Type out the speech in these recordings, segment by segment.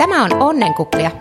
Tämä on Onnenkuplia.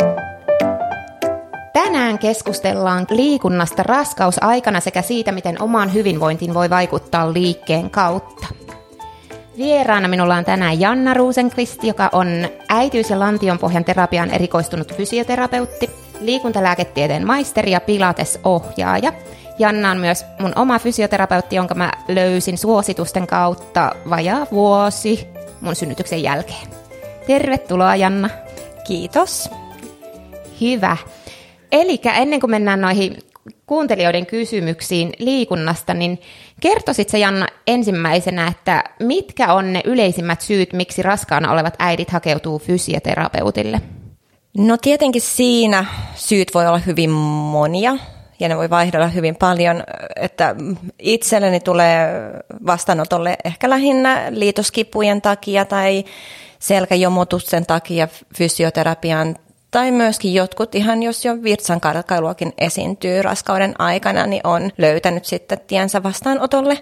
Tänään keskustellaan liikunnasta raskausaikana sekä siitä, miten omaan hyvinvointiin voi vaikuttaa liikkeen kautta. Vieraana minulla on tänään Janna Rosenqvist, joka on äitiys- ja lantionpohjan terapiaan erikoistunut fysioterapeutti, liikuntalääketieteen maisteri ja pilates-ohjaaja. Janna on myös mun oma fysioterapeutti, jonka mä löysin suositusten kautta vajaa vuosi mun synnytyksen jälkeen. Tervetuloa, Janna. Kiitos. Hyvä. Elikkä ennen kuin mennään noihin kuuntelijoiden kysymyksiin liikunnasta, niin kertoisit sä, Janna, ensimmäisenä, että mitkä on ne yleisimmät syyt, miksi raskaana olevat äidit hakeutuu fysioterapeutille? No tietenkin siinä syyt voi olla hyvin monia ja ne voi vaihdella hyvin paljon, että itselleni tulee vastaanotolle ehkä lähinnä liitoskipujen takia tai selkäjomotusten takia fysioterapian tai myöskin jotkut ihan, jos jo virtsankarkailuakin esiintyy raskauden aikana, niin on löytänyt sitten tiensä vastaanotolle.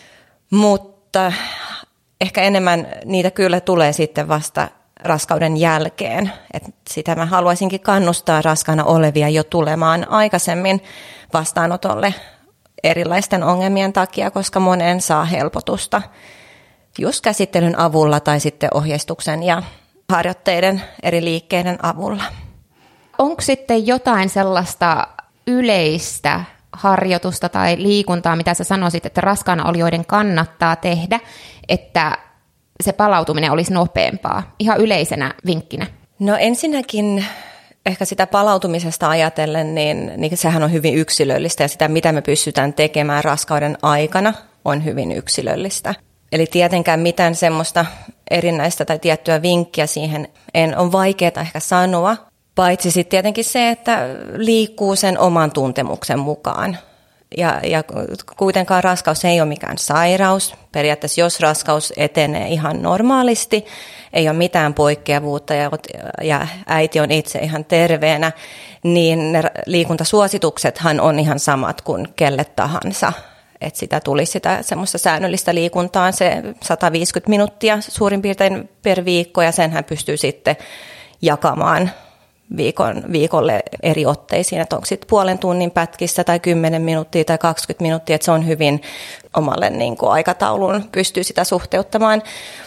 Mutta ehkä enemmän niitä kyllä tulee sitten vasta raskauden jälkeen. Et sitä mä haluaisinkin kannustaa raskaana olevia jo tulemaan aikaisemmin vastaanotolle erilaisten ongelmien takia, koska moneen saa helpotusta just käsittelyn avulla tai sitten ohjeistuksen ja harjoitteiden eri liikkeiden avulla. Onko sitten jotain sellaista yleistä harjoitusta tai liikuntaa, mitä sä sanoisit, että raskaana olijoiden kannattaa tehdä, että se palautuminen olisi nopeampaa, ihan yleisenä vinkkinä? No ensinnäkin ehkä sitä palautumisesta ajatellen, niin sehän on hyvin yksilöllistä ja sitä, mitä me pystytään tekemään raskauden aikana, on hyvin yksilöllistä. Eli tietenkään mitään semmoista erinäistä tai tiettyä vinkkiä siihen on vaikeaa ehkä sanoa, paitsi sitten tietenkin se, että liikkuu sen oman tuntemuksen mukaan. Ja kuitenkaan raskaus ei ole mikään sairaus. Periaatteessa jos raskaus etenee ihan normaalisti, ei ole mitään poikkeavuutta ja äiti on itse ihan terveenä, niin ne liikuntasuosituksethan on ihan samat kuin kelle tahansa. Että sitä tulisi sitä semmoista säännöllistä liikuntaa, se 150 minuuttia suurin piirtein per viikko, ja senhän pystyy sitten jakamaan viikolle eri otteisiin, että onko sitten puolen tunnin pätkissä tai 10 minuuttia tai 20 minuuttia, että se on hyvin omalle niin kuin aikatauluun, pystyy sitä suhteuttamaan.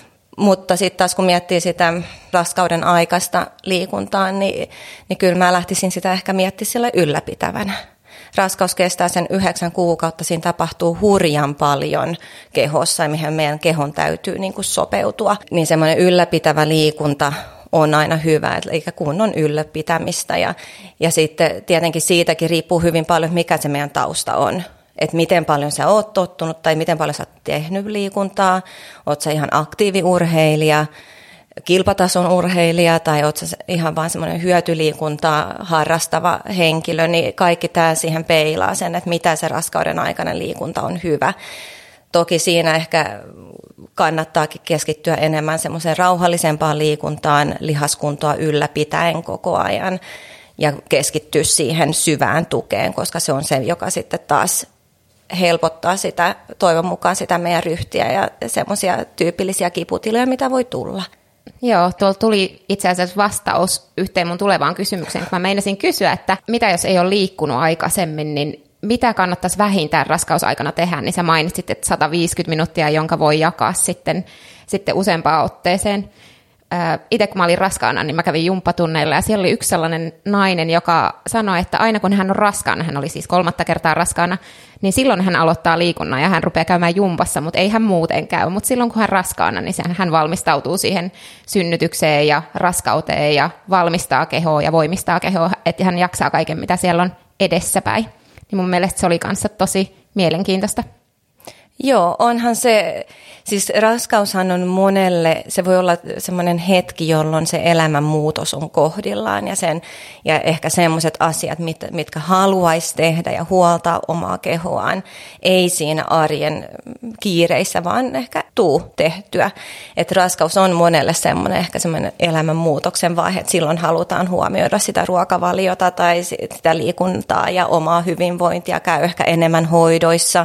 Mutta sitten taas kun miettii sitä raskauden aikaista liikuntaa, niin kyllä mä lähtisin sitä ehkä miettimään sillä ylläpitävänä. Raskaus kestää sen 9 kuukautta, siinä tapahtuu hurjan paljon kehossa, mihin meidän kehon täytyy niin kuin sopeutua. Niin semmoinen ylläpitävä liikunta on aina hyvä, eli kunnon ylläpitämistä. Ja sitten tietenkin siitäkin riippuu hyvin paljon, mikä se meidän tausta on. Että miten paljon sä oot tottunut tai miten paljon sä oot tehnyt liikuntaa, oot sä ihan aktiiviurheilija, kilpatason urheilija tai oot sä ihan vaan semmoinen hyötyliikuntaa harrastava henkilö, niin kaikki tämä siihen peilaa sen, että mitä se raskauden aikainen liikunta on hyvä. Toki siinä ehkä kannattaakin keskittyä enemmän semmoiseen rauhallisempaan liikuntaan, lihaskuntoa ylläpitäen koko ajan ja keskittyä siihen syvään tukeen, koska se on se, joka sitten taas helpottaa sitä, toivon mukaan sitä meidän ryhtiä ja semmoisia tyypillisiä kiputiloja, mitä voi tulla. Joo, tuolla tuli itse asiassa vastaus yhteen mun tulevaan kysymykseen, kun mä meinasin kysyä, että mitä jos ei ole liikkunut aikaisemmin, niin mitä kannattaisi vähintään raskausaikana tehdä, niin sä mainitsit, että 150 minuuttia, jonka voi jakaa sitten useampaan otteeseen. Itse kun mä olin raskaana, niin mä kävin jumppatunneilla ja siellä oli yksi sellainen nainen, joka sanoi, että aina kun hän on raskaana, hän oli siis 3. kertaa raskaana, niin silloin hän aloittaa liikunnan ja hän rupeaa käymään jumpassa, mutta ei hän muuten käy. Mutta silloin kun hän raskaana, niin hän valmistautuu siihen synnytykseen ja raskauteen ja valmistaa kehoa ja voimistaa kehoa, että hän jaksaa kaiken, mitä siellä on edessäpäin. Niin mun mielestä se oli kanssa tosi mielenkiintoista. Joo, onhan se, siis raskaushan on monelle, se voi olla semmoinen hetki, jolloin se elämänmuutos on kohdillaan ja ehkä semmoiset asiat, mitkä haluaisi tehdä ja huoltaa omaa kehoaan, ei siinä arjen kiireissä, vaan ehkä tehtyä. Että raskaus on monelle semmoinen ehkä semmoinen elämänmuutoksen vaihe, että silloin halutaan huomioida sitä ruokavaliota tai sitä liikuntaa ja omaa hyvinvointia, käy ehkä enemmän hoidoissa.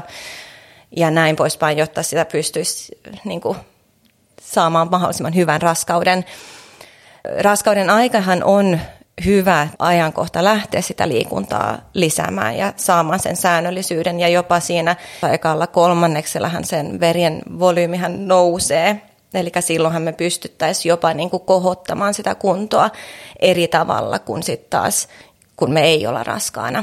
Ja näin poispäin, jotta sitä pystyisi niin kuin, saamaan mahdollisimman hyvän raskauden. Raskauden aikahan on hyvä ajankohta lähteä sitä liikuntaa lisäämään ja saamaan sen säännöllisyyden. Ja jopa siinä ekalla kolmanneksellahan sen verien volyymihan nousee. Eli silloinhan me pystyttäisiin jopa niin kuin kohottamaan sitä kuntoa eri tavalla kuin sitten taas, kun me ei olla raskaana.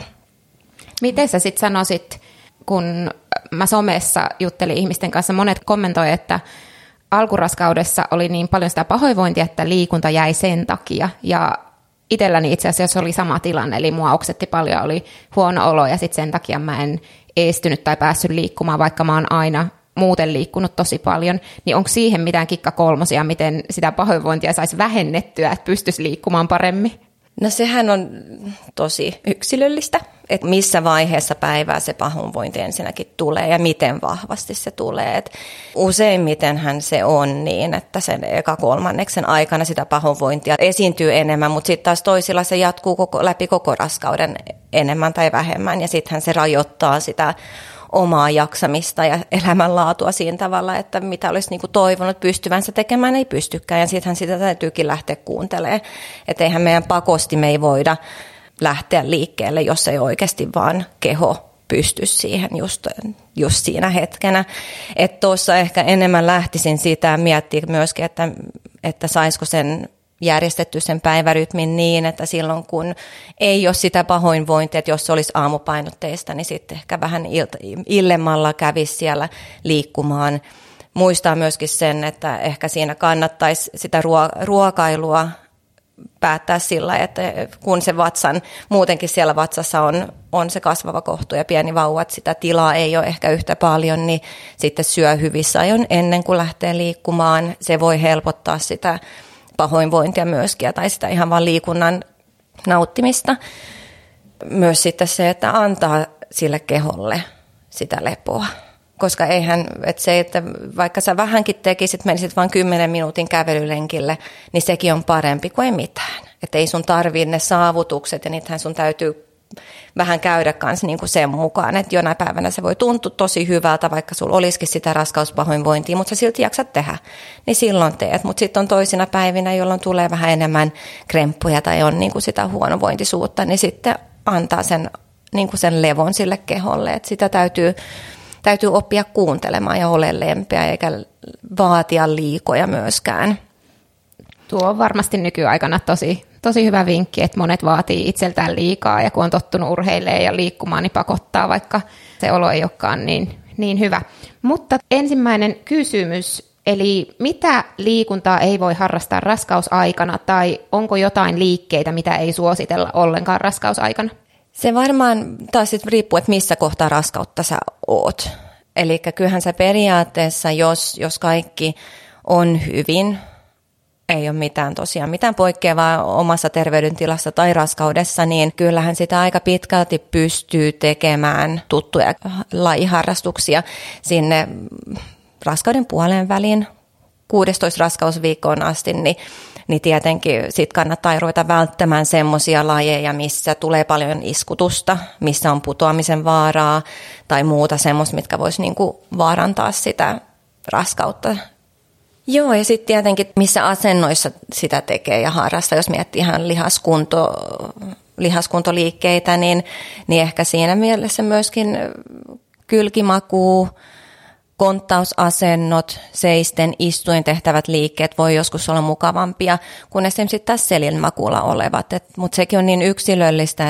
Miten sä sitten sanoisit, kun mä somessa juttelin ihmisten kanssa, monet kommentoivat, että alkuraskaudessa oli niin paljon sitä pahoinvointia, että liikunta jäi sen takia. Ja itselläni itse asiassa oli sama tilanne, eli mua oksetti paljon, oli huono olo ja sitten sen takia mä en eestynyt tai päässyt liikkumaan, vaikka mä oon aina muuten liikkunut tosi paljon. Niin onko siihen mitään kikkakolmosia, miten sitä pahoinvointia saisi vähennettyä, että pystyisi liikkumaan paremmin? No sehän on tosi yksilöllistä, että missä vaiheessa päivää se pahoinvointi ensinnäkin tulee ja miten vahvasti se tulee. Et useimmitenhän se on niin, että sen eka kolmanneksen aikana sitä pahoinvointia esiintyy enemmän, mutta sitten taas toisilla se jatkuu läpi koko raskauden enemmän tai vähemmän ja sittenhän se rajoittaa sitä omaa jaksamista ja elämänlaatua siinä tavalla, että mitä olisi niinku toivonut pystyvänsä tekemään, ei pystykään. Ja sittenhän sitä täytyykin lähteä kuuntelemaan. Että eihän meidän pakosti me ei voida lähteä liikkeelle, jos ei oikeasti vaan keho pysty siihen just siinä hetkenä. Että tuossa ehkä enemmän lähtisin siitä miettiä myöskin, että saisiko sen järjestetty sen päivärytmin niin, että silloin kun ei ole sitä pahoinvointia, että jos se olisi aamupainotteista, niin sitten ehkä vähän illemmalla kävisi siellä liikkumaan. Muistaa myöskin sen, että ehkä siinä kannattaisi sitä ruokailua päättää sillä, että kun se muutenkin siellä vatsassa on se kasvava kohtu ja pieni vauva, että sitä tilaa ei ole ehkä yhtä paljon, niin sitten syö hyvissä ajoin ennen kuin lähtee liikkumaan. Se voi helpottaa sitä pahoinvointia myöskin tai sitä ihan vaan liikunnan nauttimista. Myös sitten se, että antaa sille keholle sitä lepoa. Koska että vaikka sä vähänkin tekisit, menisit vain 10 minuutin kävelylenkille, niin sekin on parempi kuin ei mitään. Että ei sun tarvii ne saavutukset ja niitähän sun täytyy vähän käydä kanssa niin kuin sen mukaan, että jonain päivänä se voi tuntua tosi hyvältä, vaikka sulla olisikin sitä raskauspahoinvointia, mutta sä silti jaksat tehdä, niin silloin teet. Mutta sitten on toisina päivinä, jolloin tulee vähän enemmän kremppuja tai on niin kuin sitä huonovointisuutta, niin sitten antaa niin kuin sen levon sille keholle, että sitä täytyy oppia kuuntelemaan ja ole lempeä eikä vaatia liikoja myöskään. Tuo on varmasti nykyaikana tosi hyvä vinkki, että monet vaatii itseltään liikaa ja kun on tottunut urheilemaan ja liikkumaan, niin pakottaa, vaikka se olo ei olekaan niin hyvä. Mutta ensimmäinen kysymys, eli mitä liikuntaa ei voi harrastaa raskausaikana tai onko jotain liikkeitä, mitä ei suositella ollenkaan raskausaikana? Se varmaan taas sitten riippuu, että missä kohtaa raskautta sä oot. Eli kyllähän se periaatteessa, jos kaikki on hyvin, ei ole mitään poikkeavaa omassa terveydentilassa tai raskaudessa, niin kyllähän sitä aika pitkälti pystyy tekemään tuttuja lajiharrastuksia sinne raskauden puoleen väliin 16 raskausviikkoon asti, niin tietenkin sit kannattaa ruveta välttämään semmoisia lajeja, missä tulee paljon iskutusta, missä on putoamisen vaaraa tai muuta semmoista, mitkä voisi niinku vaarantaa sitä raskautta. Joo, ja sitten tietenkin missä asennoissa sitä tekee ja harrastaa, jos miettii ihan lihaskuntoliikkeitä, niin ehkä siinä mielessä myöskin kylkimakuu, konttausasennot, seisten, istuen tehtävät liikkeet voi joskus olla mukavampia kuin esimerkiksi tässä selinmakuulla olevat. Mutta sekin on niin yksilöllistä,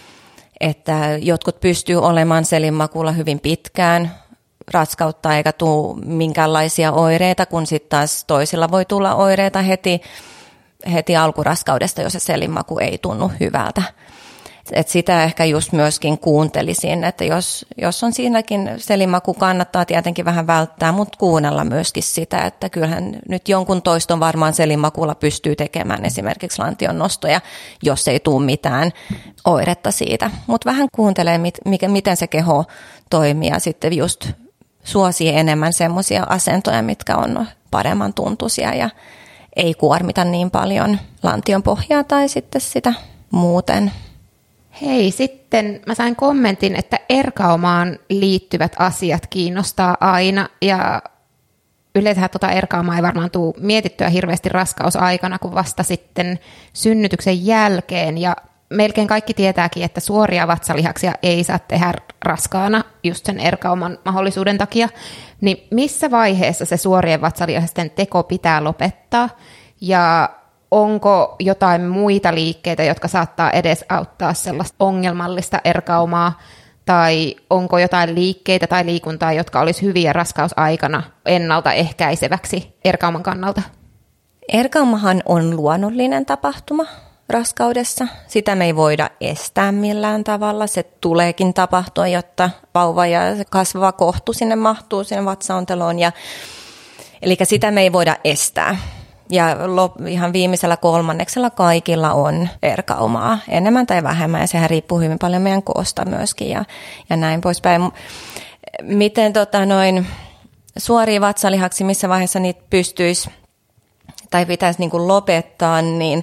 että jotkut pystyy olemaan selinmakuulla hyvin pitkään raskautta eikä tule minkäänlaisia oireita, kun sitten taas toisilla voi tulla oireita heti alkuraskaudesta, jos se selinmaku ei tunnu hyvältä. Et sitä ehkä just myöskin kuuntelisin, että jos on siinäkin selinmaku, kannattaa tietenkin vähän välttää, mutta kuunnella myöskin sitä, että kyllähän nyt jonkun toiston varmaan selinmakulla pystyy tekemään esimerkiksi lantion nostoja, jos ei tule mitään oiretta siitä. Mutta vähän kuuntelee, miten se keho toimii ja sitten just suosii enemmän semmoisia asentoja, mitkä on paremman tuntuisia ja ei kuormita niin paljon lantion pohjaa tai sitten sitä muuten. Hei, sitten mä sain kommentin, että ergaumaan liittyvät asiat kiinnostaa aina ja Yleensähän erkaumaa ei varmaan tule mietittyä hirveästi raskausaikana, kun vasta sitten synnytyksen jälkeen. Ja melkein kaikki tietääkin, että suoria vatsalihaksia ei saa tehdä raskaana just sen erkauman mahdollisuuden takia. Niin missä vaiheessa se suorien vatsalihasten teko pitää lopettaa? Ja onko jotain muita liikkeitä, jotka saattaa edesauttaa sellaista ongelmallista erkaumaa? Tai onko jotain liikkeitä tai liikuntaa, jotka olisi hyviä raskausaikana ennaltaehkäiseväksi erkauman kannalta? Erkaumahan on luonnollinen tapahtuma raskaudessa. Sitä me ei voida estää millään tavalla. Se tuleekin tapahtua, jotta vauva ja se kasvava kohtu sinne mahtuu sinne vatsaonteloon. Eli sitä me ei voida estää. Ja ihan viimeisellä kolmanneksella kaikilla on erkaumaa, enemmän tai vähemmän, ja sehän riippuu hyvin paljon meidän koosta myöskin ja näin poispäin. Miten suoria vatsalihaksia, missä vaiheessa niitä pystyisi tai pitäisi niin kuin lopettaa, niin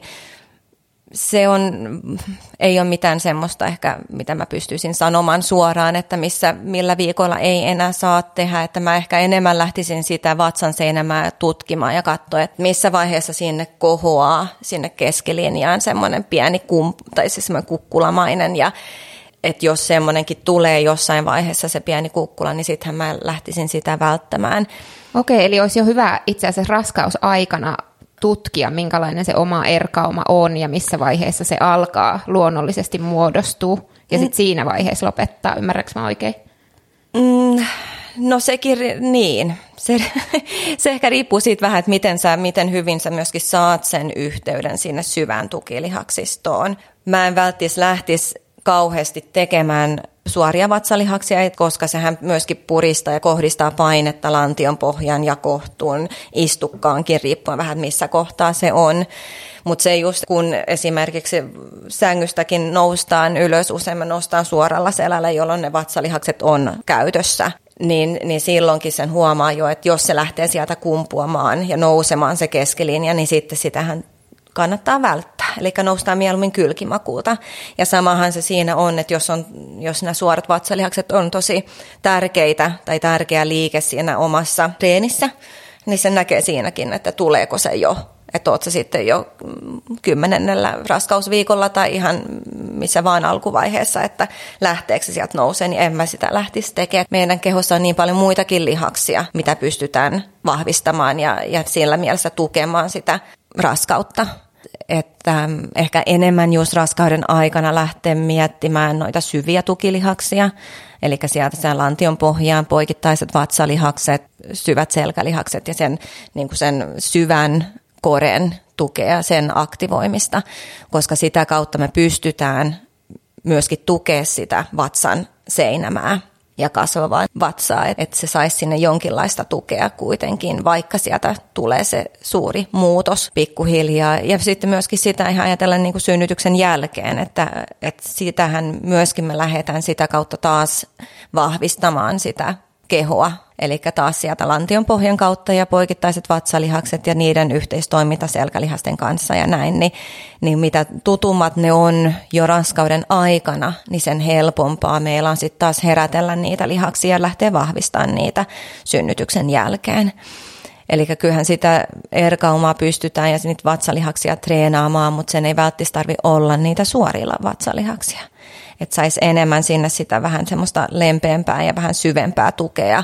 ei ole mitään semmoista ehkä, mitä mä pystyisin sanomaan suoraan, että millä viikoilla ei enää saa tehdä, että mä ehkä enemmän lähtisin sitä vatsan seinämää tutkimaan ja katsoa, että missä vaiheessa sinne kohoaa sinne keskilinjaan semmoinen pieni tai siis semmoinen kukkulamainen ja että jos semmoinenkin tulee jossain vaiheessa se pieni kukkula, niin sittenhän mä lähtisin sitä välttämään. Okei, eli olisi jo hyvä itse asiassa raskausaikana tutkia, minkälainen se oma erkauma on ja missä vaiheessa se alkaa luonnollisesti muodostua ja sitten siinä vaiheessa lopettaa. Ymmärrätkö mä oikein? No sekin, niin. Se ehkä riippuu siitä vähän, että miten hyvin sä myöskin saat sen yhteyden sinne syvään tukilihaksistoon. Mä en välttämättä lähtisi kauheasti tekemään suoria vatsalihaksia, koska sehän myöskin puristaa ja kohdistaa painetta lantion pohjan ja kohtuun istukkaankin, riippuen vähän missä kohtaa se on. Mutta se just kun esimerkiksi sängystäkin noustaan ylös, usein me noustaan suoralla selällä, jolloin ne vatsalihakset on käytössä. Niin silloinkin sen huomaa jo, että jos se lähtee sieltä kumpuamaan ja nousemaan se keskilinja, niin sitten sitähän kannattaa välttää. Eli noustaan mieluummin kylkimakuuta. Ja samahan se siinä on, että jos nämä suorat vatsalihakset on tosi tärkeitä tai tärkeä liike siinä omassa treenissä, niin se näkee siinäkin, että tuleeko se jo. Että oot sä sitten jo 10. raskausviikolla tai ihan missä vaan alkuvaiheessa, että lähteekö se sieltä nousee, niin en mä sitä lähtisi tekemään. Meidän kehossa on niin paljon muitakin lihaksia, mitä pystytään vahvistamaan ja sillä mielessä tukemaan sitä raskautta. Että ehkä enemmän just raskauden aikana lähtee miettimään noita syviä tukilihaksia, eli sieltä sen lantion pohjaan poikittaiset vatsalihakset, syvät selkälihakset ja sen syvän koren tukea, sen aktivoimista, koska sitä kautta me pystytään myöskin tukemaan sitä vatsan seinämää ja kasvavaa vatsaa, että se saisi sinne jonkinlaista tukea kuitenkin, vaikka sieltä tulee se suuri muutos pikkuhiljaa. Ja sitten myöskin sitä ihan ajatellen niin kuin synnytyksen jälkeen, että sitähän myöskin me lähdetään sitä kautta taas vahvistamaan sitä kehoa. Eli taas sieltä lantion pohjan kautta ja poikittaiset vatsalihakset ja niiden yhteistoiminta selkälihasten kanssa ja näin, niin mitä tutummat ne on jo raskauden aikana, niin sen helpompaa meillä on sitten taas herätellä niitä lihaksia ja lähteä vahvistamaan niitä synnytyksen jälkeen. Eli kyllähän sitä erkaumaa pystytään ja niitä vatsalihaksia treenaamaan, mutta sen ei välttämättä tarvitse olla niitä suorilla vatsalihaksia. Että saisi enemmän sinne sitä vähän semmoista lempeämpää ja vähän syvempää tukea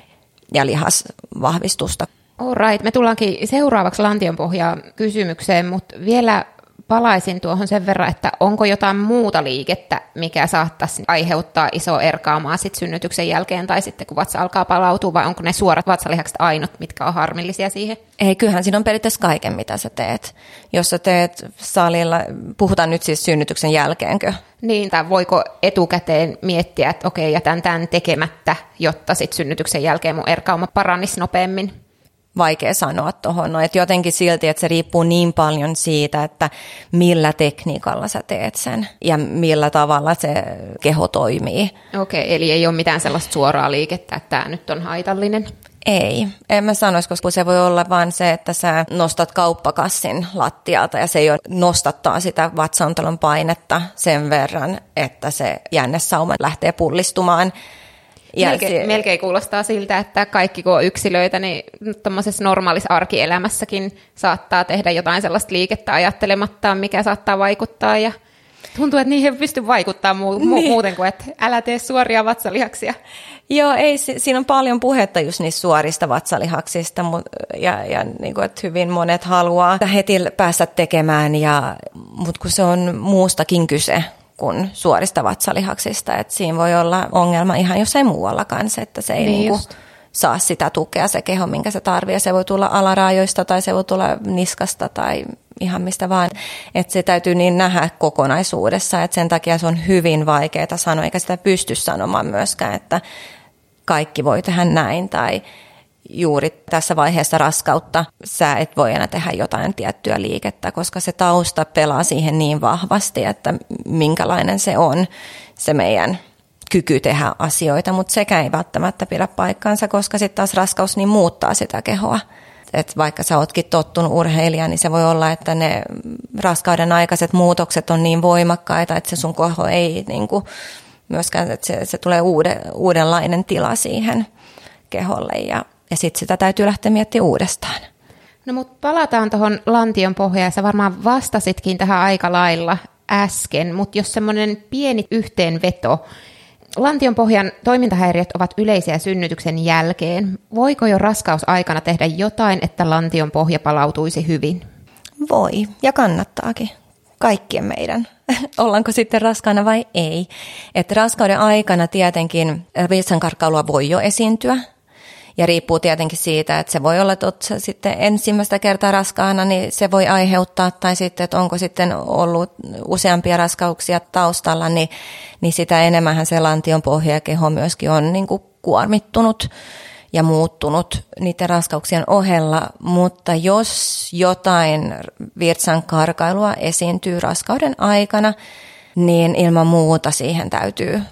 ja lihasvahvistusta. Alright, me tullaankin seuraavaksi lantionpohjaan kysymykseen, mutta vielä palaisin tuohon sen verran, että onko jotain muuta liikettä, mikä saattaisi aiheuttaa isoa erkaumaa sit synnytyksen jälkeen tai sitten kun vatsa alkaa palautua, vai onko ne suorat vatsalihakset ainut, mitkä on harmillisia siihen? Ei, kyllähän siinä on periaatteessa kaiken, mitä sä teet. Jos sä teet salilla, puhutaan nyt siis synnytyksen jälkeenkö? Niin, tai voiko etukäteen miettiä, että okei, jätän tämän tekemättä, jotta sitten synnytyksen jälkeen mun erkauma parannisi nopeammin? Vaikea sanoa tuohon, että jotenkin silti, että se riippuu niin paljon siitä, että millä tekniikalla sä teet sen ja millä tavalla se keho toimii. Okei, eli ei ole mitään sellaista suoraa liikettä, että tämä nyt on haitallinen? Ei, en mä sanoisi, koska se voi olla vain se, että sä nostat kauppakassin lattialta ja se jo nostattaa sitä vatsaontelon painetta sen verran, että se jännesauma lähtee pullistumaan. Melkein kuulostaa siltä, että kaikki kun on yksilöitä, niin tuommoisessa normaalissa arkielämässäkin saattaa tehdä jotain sellaista liikettä ajattelemattaan, mikä saattaa vaikuttaa ja tuntuu, että niihin ei pysty vaikuttamaan muuten kuin, että älä tee suoria vatsalihaksia. Joo, siinä on paljon puhetta just niistä suorista vatsalihaksista, ja niin kuin, että hyvin monet haluaa heti päästä tekemään, mutta kun se on muustakin kyse kuin suorista vatsalihaksista, että siinä voi olla ongelma ihan jossain muuallakaan se, että se ei niin saa sitä tukea se keho, minkä se tarvitsee. Se voi tulla alaraajoista tai se voi tulla niskasta tai ihan mistä vaan. Että se täytyy niin nähdä kokonaisuudessa, että sen takia se on hyvin vaikeaa sanoa, eikä sitä pysty sanomaan myöskään, että kaikki voi tehdä näin tai juuri tässä vaiheessa raskautta sä et voi enää tehdä jotain tiettyä liikettä, koska se tausta pelaa siihen niin vahvasti, että minkälainen se on se meidän kyky tehdä asioita, mutta sekään ei välttämättä pidä paikkaansa, koska sitten taas raskaus niin muuttaa sitä kehoa. Et vaikka sä ootkin tottunut urheilija, niin se voi olla, että ne raskauden aikaiset muutokset on niin voimakkaita, että se sun keho ei niinku, myöskään, että se tulee uudenlainen tila siihen keholle ja sitten sitä täytyy lähteä miettimään uudestaan. No mutta palataan tuohon lantion pohjaan. Sä varmaan vastasitkin tähän aika lailla äsken, mutta jos semmoinen pieni yhteenveto. Lantion pohjan toimintahäiriöt ovat yleisiä synnytyksen jälkeen. Voiko jo raskausaikana tehdä jotain, että lantion pohja palautuisi hyvin? Voi ja kannattaakin. Kaikkien meidän. Ollaanko sitten raskaana vai ei. Että raskauden aikana tietenkin virtsankarkkailua voi jo esiintyä. Ja riippuu tietenkin siitä, että se voi olla, että sitten ensimmäistä kertaa raskaana, niin se voi aiheuttaa, tai sitten, että onko sitten ollut useampia raskauksia taustalla, niin sitä enemmän se lantion pohja ja keho myöskin on niin kuin kuormittunut ja muuttunut niiden raskauksien ohella. Mutta jos jotain virtsankarkailua esiintyy raskauden aikana, niin ilman muuta siihen täytyy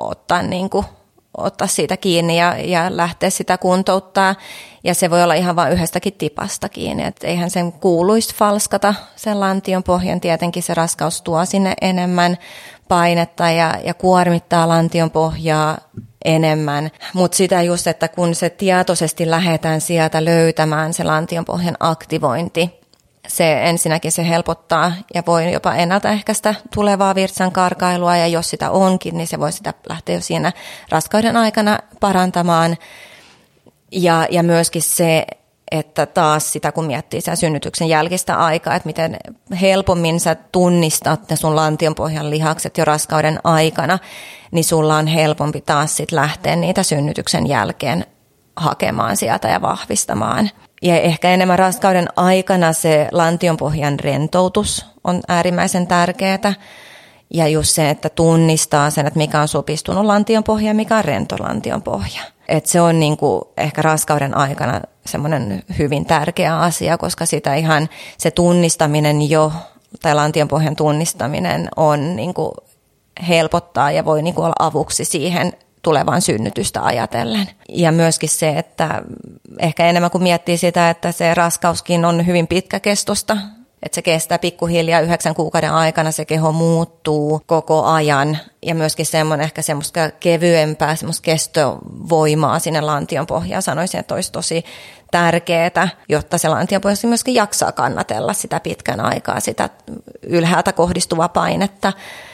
ottaa siitä kiinni ja lähteä sitä kuntouttaa. Ja se voi olla ihan vain yhdestäkin tipasta kiinni. Et eihän sen kuuluisi falskata sen lantion pohjan. Tietenkin se raskaus tuo sinne enemmän painetta ja kuormittaa lantion pohjaa enemmän. Mutta sitä just, että kun se tietoisesti lähdetään sieltä löytämään se lantion pohjan aktivointi, ensinnäkin se helpottaa ja voi jopa ennaltaehkäistä tulevaa virtsankarkailua, ja jos sitä onkin, niin se voi sitä lähteä jo siinä raskauden aikana parantamaan. Ja myöskin se, että taas sitä kun miettii sen synnytyksen jälkeistä aikaa, että miten helpommin sä tunnistat ne sun lantionpohjan lihakset jo raskauden aikana, niin sulla on helpompi taas sit lähteä niitä synnytyksen jälkeen hakemaan sieltä ja vahvistamaan. Ja ehkä enemmän raskauden aikana se lantionpohjan rentoutus on äärimmäisen tärkeää. Ja just se, että tunnistaa sen, että mikä on supistunut lantionpohja ja mikä on rento lantionpohja. Että se on niinku ehkä raskauden aikana semmoinen hyvin tärkeä asia, koska sitä ihan se tunnistaminen jo, tai lantionpohjan tunnistaminen on niinku helpottaa ja voi niinku olla avuksi siihen tulevan synnytystä ajatellen. Ja myöskin se, että ehkä enemmän kuin miettii sitä, että se raskauskin on hyvin pitkäkestoista, että se kestää pikkuhiljaa 9 kuukauden aikana, se keho muuttuu koko ajan. Ja myöskin ehkä semmoista kevyempää, semmoista kestovoimaa sinne lantionpohjaan. Sanoisin, että olisi tosi tärkeää, jotta se lantionpohja myöskin jaksaa kannatella sitä pitkän aikaa, sitä ylhäältä kohdistuvaa painetta.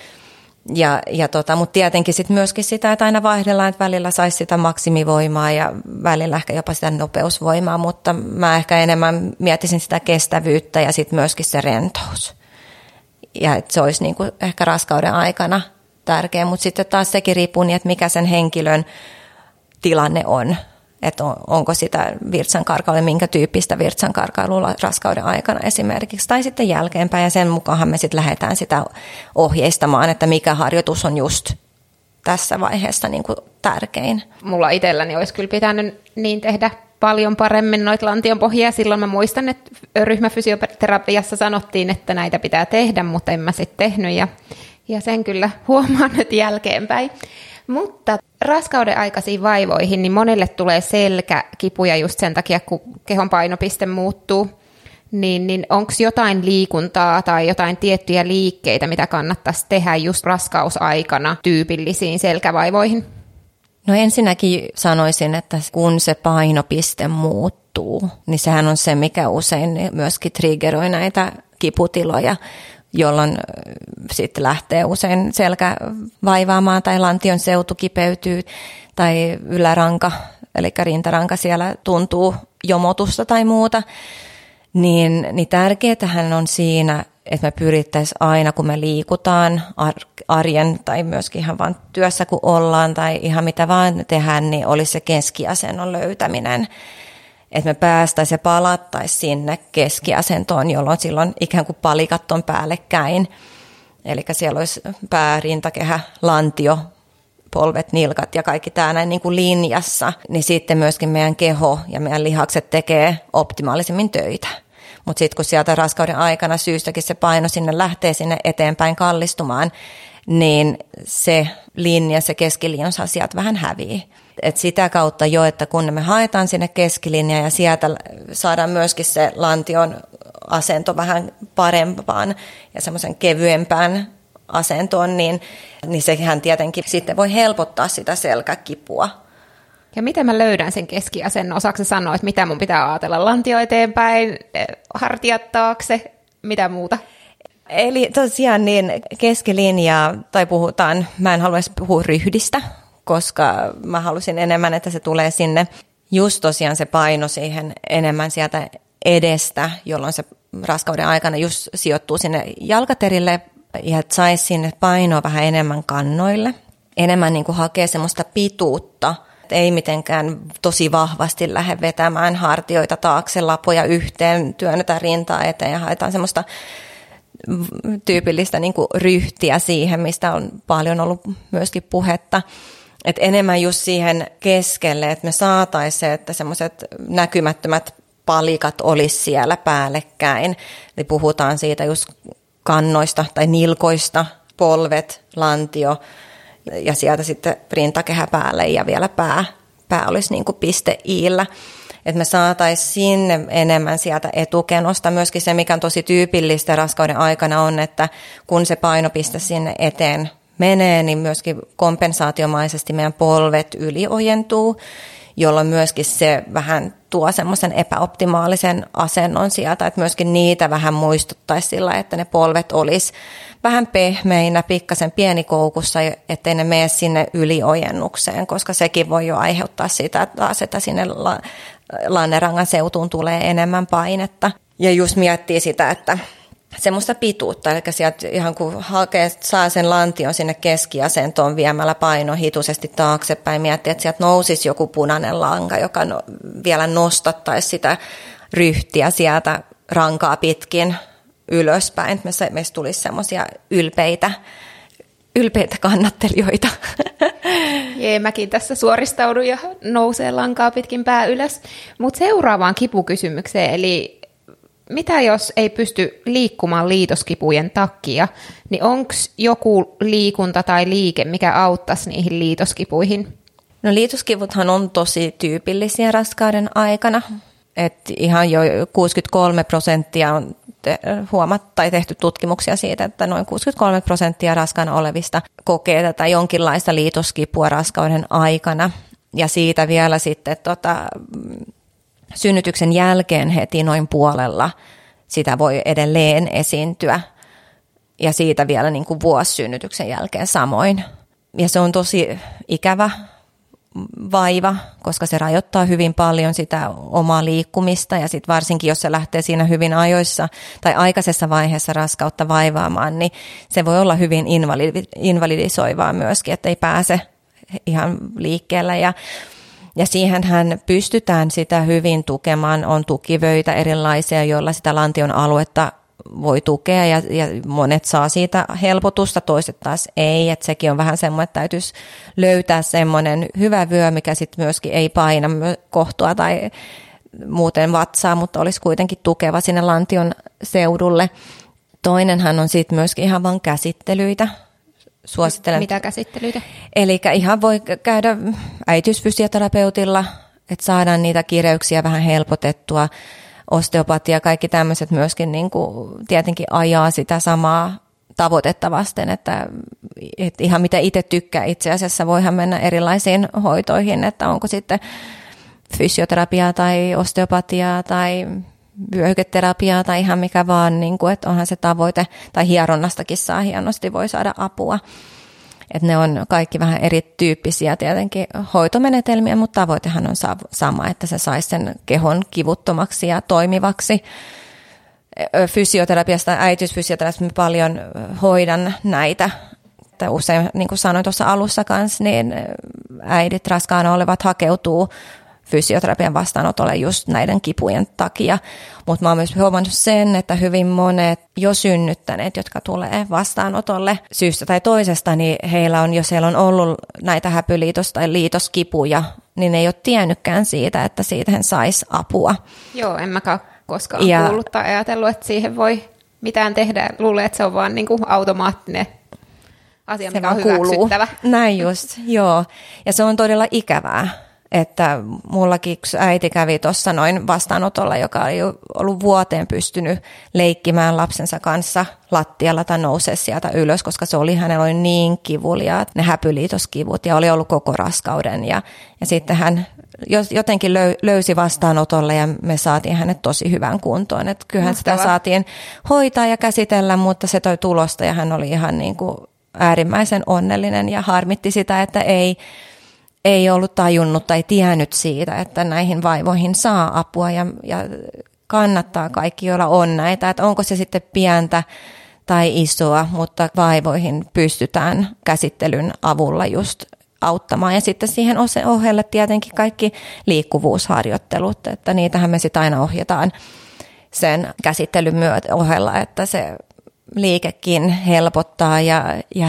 Mutta tietenkin sit myöskin sitä, että aina vaihdellaan, että välillä saisi sitä maksimivoimaa ja välillä ehkä jopa sitä nopeusvoimaa, mutta mä ehkä enemmän miettisin sitä kestävyyttä ja sitten myöskin se rentous. Ja että se olisi niinku ehkä raskauden aikana tärkeä, mutta sitten taas sekin riippuu niin, että mikä sen henkilön tilanne on. Että onko sitä virtsankarkailua, minkä tyyppistä virtsankarkailua raskauden aikana esimerkiksi, tai sitten jälkeenpäin, ja sen mukaan me sitten lähdetään sitä ohjeistamaan, että mikä harjoitus on just tässä vaiheessa niin kuin tärkein. Mulla itselläni olisi kyllä pitänyt niin tehdä paljon paremmin noita lantionpohjia. Silloin mä muistan, että ryhmäfysioterapiassa sanottiin, että näitä pitää tehdä, mutta en mä sitten tehnyt, ja sen kyllä huomaan nyt jälkeenpäin. Mutta raskauden aikaisiin vaivoihin, niin monelle tulee selkäkipuja just sen takia, kun kehon painopiste muuttuu. Niin onko jotain liikuntaa tai jotain tiettyjä liikkeitä, mitä kannattaisi tehdä just raskausaikana tyypillisiin selkävaivoihin? No ensinnäkin sanoisin, että kun se painopiste muuttuu, niin sehän on se, mikä usein myöskin triggeroi näitä kiputiloja, jolloin sitten lähtee usein selkä vaivaamaan tai lantion seutu kipeytyy tai yläranka, eli rintaranka siellä tuntuu jomotusta tai muuta. Niin tärkeätähän on siinä, että me pyrittäisiin aina, kun me liikutaan arjen tai myöskin ihan vaan työssä, kun ollaan tai ihan mitä vaan tehdään, niin olisi se keskiasennon löytäminen. Että me päästäisiin ja palattaisiin sinne keskiasentoon, jolloin silloin ikään kuin palikat on päällekkäin. Eli siellä olisi pää, rintakehä, lantio, polvet, nilkat ja kaikki tämä näin niin kuin linjassa. Niin sitten myöskin meidän keho ja meidän lihakset tekee optimaalisemmin töitä. Mutta sitten kun sieltä raskauden aikana syystäkin se paino sinne lähtee sinne eteenpäin kallistumaan, niin se linja, se keskilinja sieltä vähän häviää. Et sitä kautta jo, että kun me haetaan sinne keskilinjaan ja sieltä saadaan myöskin se lantion asento vähän parempaan ja semmoisen kevyempään asentoon, niin sehän tietenkin sitten voi helpottaa sitä selkäkipua. Ja miten mä löydän sen keskiasennon? Osaatko sanoa, että mitä mun pitää ajatella? Lantio eteenpäin, hartiat taakse, mitä muuta? Eli tosiaan niin keskilinjaa, tai puhutaan, mä en haluaisi puhua ryhdistä, koska mä halusin enemmän, että se tulee sinne just tosiaan se paino siihen enemmän sieltä edestä, jolloin se raskauden aikana just sijoittuu sinne jalkaterille ja että saisi sinne painoa vähän enemmän kannoille, enemmän niin kuin hakee semmoista pituutta, ei mitenkään tosi vahvasti lähde vetämään hartioita taakse, lapoja yhteen, työnnetään rintaa eteen ja haetaan semmoista tyypillistä niin kuin ryhtiä siihen, mistä on paljon ollut myöskin puhetta. Et enemmän just siihen keskelle, että me saataisiin se, että semmoiset näkymättömät palikat olisi siellä päällekkäin. Eli puhutaan siitä just kannoista tai nilkoista, polvet, lantio ja sieltä sitten rintakehä päälle ja vielä pää olisi niin kuin piste iillä. Että me saataisiin sinne enemmän sieltä etukenosta. Myöskin se, mikä on tosi tyypillistä raskauden aikana on, että kun se painopiste sinne eteen menee, niin myöskin kompensaatiomaisesti meidän polvet yliojentuu, jolloin myöskin se vähän tuo semmoisen epäoptimaalisen asennon sieltä, että myöskin niitä vähän muistuttaisi sillä, että ne polvet olisi vähän pehmeinä, pikkasen pienikoukussa, ettei ne mene sinne yliojennukseen, koska sekin voi jo aiheuttaa sitä taas, että sinne lannerangan seutuun tulee enemmän painetta. Ja just miettii sitä, että semmoista pituutta, eli sieltä ihan kun hakee, saa sen lantion sinne keskiasentoon viemällä paino hituisesti taaksepäin, miettii, että sieltä nousisi joku punainen lanka, joka vielä nostattaisi sitä ryhtiä sieltä rankaa pitkin ylöspäin, että meistä tulisi semmoisia ylpeitä kannattelijoita. Jee, mäkin tässä suoristaudun ja nousee lankaa pitkin pää ylös. Mutta seuraavaan kipukysymykseen, eli mitä jos ei pysty liikkumaan liitoskipujen takia, niin onko joku liikunta tai liike, mikä auttaisi niihin liitoskipuihin? No liitoskivuthan on tosi tyypillisiä raskauden aikana, että ihan jo 63% on tehty tutkimuksia siitä, että noin 63% raskaana olevista kokee tätä jonkinlaista liitoskipua raskauden aikana ja siitä vielä sitten synnytyksen jälkeen heti noin puolella sitä voi edelleen esiintyä ja siitä vielä niin kuin vuosi synnytyksen jälkeen samoin. Ja se on tosi ikävä vaiva, koska se rajoittaa hyvin paljon sitä omaa liikkumista ja sitten varsinkin, jos se lähtee siinä hyvin ajoissa tai aikaisessa vaiheessa raskautta vaivaamaan, niin se voi olla hyvin invalidisoivaa myöskin, että ei pääse ihan liikkeelle ja siihenhän pystytään sitä hyvin tukemaan, on tukivöitä erilaisia, joilla sitä lantion aluetta voi tukea ja monet saa siitä helpotusta, toiset taas ei, että sekin on vähän semmoinen, että täytyisi löytää semmoinen hyvä vyö, mikä sitten myöskin ei paina kohtua tai muuten vatsaa, mutta olisi kuitenkin tukeva sinne lantion seudulle. Toinenhan on sitten myöskin ihan vaan käsittelyitä. Suosittelen. Mitä käsittelyitä? Eli ihan voi käydä äitiysfysioterapeutilla, että saadaan niitä kireyksiä vähän helpotettua. Osteopatia ja kaikki tämmöiset myöskin niin kuin tietenkin ajaa sitä samaa tavoitetta vasten, että ihan mitä itse tykkää itse asiassa, voihan mennä erilaisiin hoitoihin, että onko sitten fysioterapiaa tai osteopatiaa tai vyöhyketerapiaa tai ihan mikä vaan, niin kuin, että onhan se tavoite, tai hieronnastakin saa hienosti, voi saada apua. Että ne on kaikki vähän erityyppisiä tietenkin hoitomenetelmiä, mutta tavoitehan on sama, että se saisi sen kehon kivuttomaksi ja toimivaksi. Fysioterapiasta, äitiysfysioterapiasta paljon hoidan näitä. Että usein, niin kuin sanoin tuossa alussa kanssa, niin äidit raskaana olevat hakeutuu fysioterapian vastaanotolle just näiden kipujen takia. Mutta mä oon myös huomannut sen, että hyvin monet jo synnyttäneet, jotka tulee vastaanotolle syystä tai toisesta, niin heillä on, jos heillä on ollut näitä häpyliitos- tai liitoskipuja, niin ei ole tiennytkään siitä, että siitä he sais apua. Joo, en mäkään koskaan kuullut tai ajatellut, että siihen voi mitään tehdä. Luulen, että se on vaan niin kuin automaattinen asia, mikä on hyväksyttävä. Näin just, joo. Ja se on todella ikävää. Että mullakin yksi äiti kävi tuossa noin vastaanotolla, joka ei ollut vuoteen pystynyt leikkimään lapsensa kanssa lattialla tai nousee sieltä ylös, koska hänellä oli niin kivuliaat ne häpyliitoskivut ja oli ollut koko raskauden. Ja sitten hän jotenkin löysi vastaanotolle ja me saatiin hänet tosi hyvään kuntoon. Että kyllähän sitä saatiin hoitaa ja käsitellä, mutta se toi tulosta ja hän oli ihan niin kuin äärimmäisen onnellinen ja harmitti sitä, että ei ollut tajunnut tai tiennyt siitä, että näihin vaivoihin saa apua ja kannattaa kaikki, joilla on näitä. Että onko se sitten pientä tai isoa, mutta vaivoihin pystytään käsittelyn avulla just auttamaan. Ja sitten siihen ohelle tietenkin kaikki liikkuvuusharjoittelut, että niitähän me sitten aina ohjataan sen käsittelyn ohella, että se liikekin helpottaa ja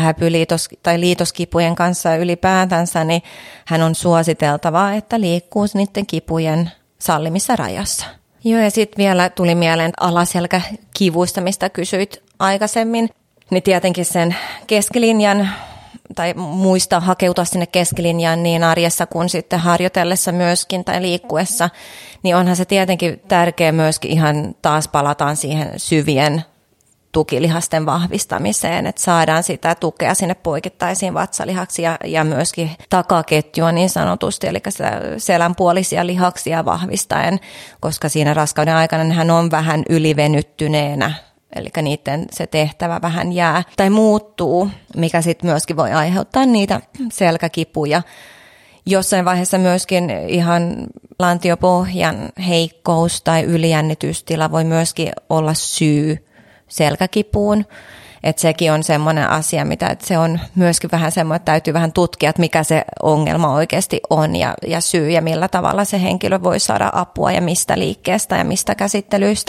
tai liitoskipujen kanssa ylipäätänsä, niin hän on suositeltavaa, että liikkuu niiden kipujen sallimissa rajassa. Joo, ja sitten vielä tuli mieleen alaselkäkivuista, mistä kysyit aikaisemmin, niin tietenkin sen keskilinjan tai muista hakeutua sinne keskilinjaan niin arjessa kuin sitten harjoitellessa myöskin tai liikkuessa, niin onhan se tietenkin tärkeä myöskin ihan taas palataan siihen syvien tukilihasten vahvistamiseen, että saadaan sitä tukea sinne poikittaisiin vatsalihaksi ja myöskin takaketjua niin sanotusti, eli sitä selänpuolisia lihaksia vahvistaen, koska siinä raskauden aikana nehän on vähän ylivenyttyneenä, eli niiden se tehtävä vähän jää tai muuttuu, mikä sitten myöskin voi aiheuttaa niitä selkäkipuja. Jossain vaiheessa myöskin ihan lantiopohjan heikkous tai ylijännitystila voi myöskin olla syy selkäkipuun, että sekin on semmoinen asia, että se on myöskin vähän semmoinen, että täytyy vähän tutkia, että mikä se ongelma oikeasti on ja syy ja millä tavalla se henkilö voi saada apua ja mistä liikkeestä ja mistä käsittelyistä,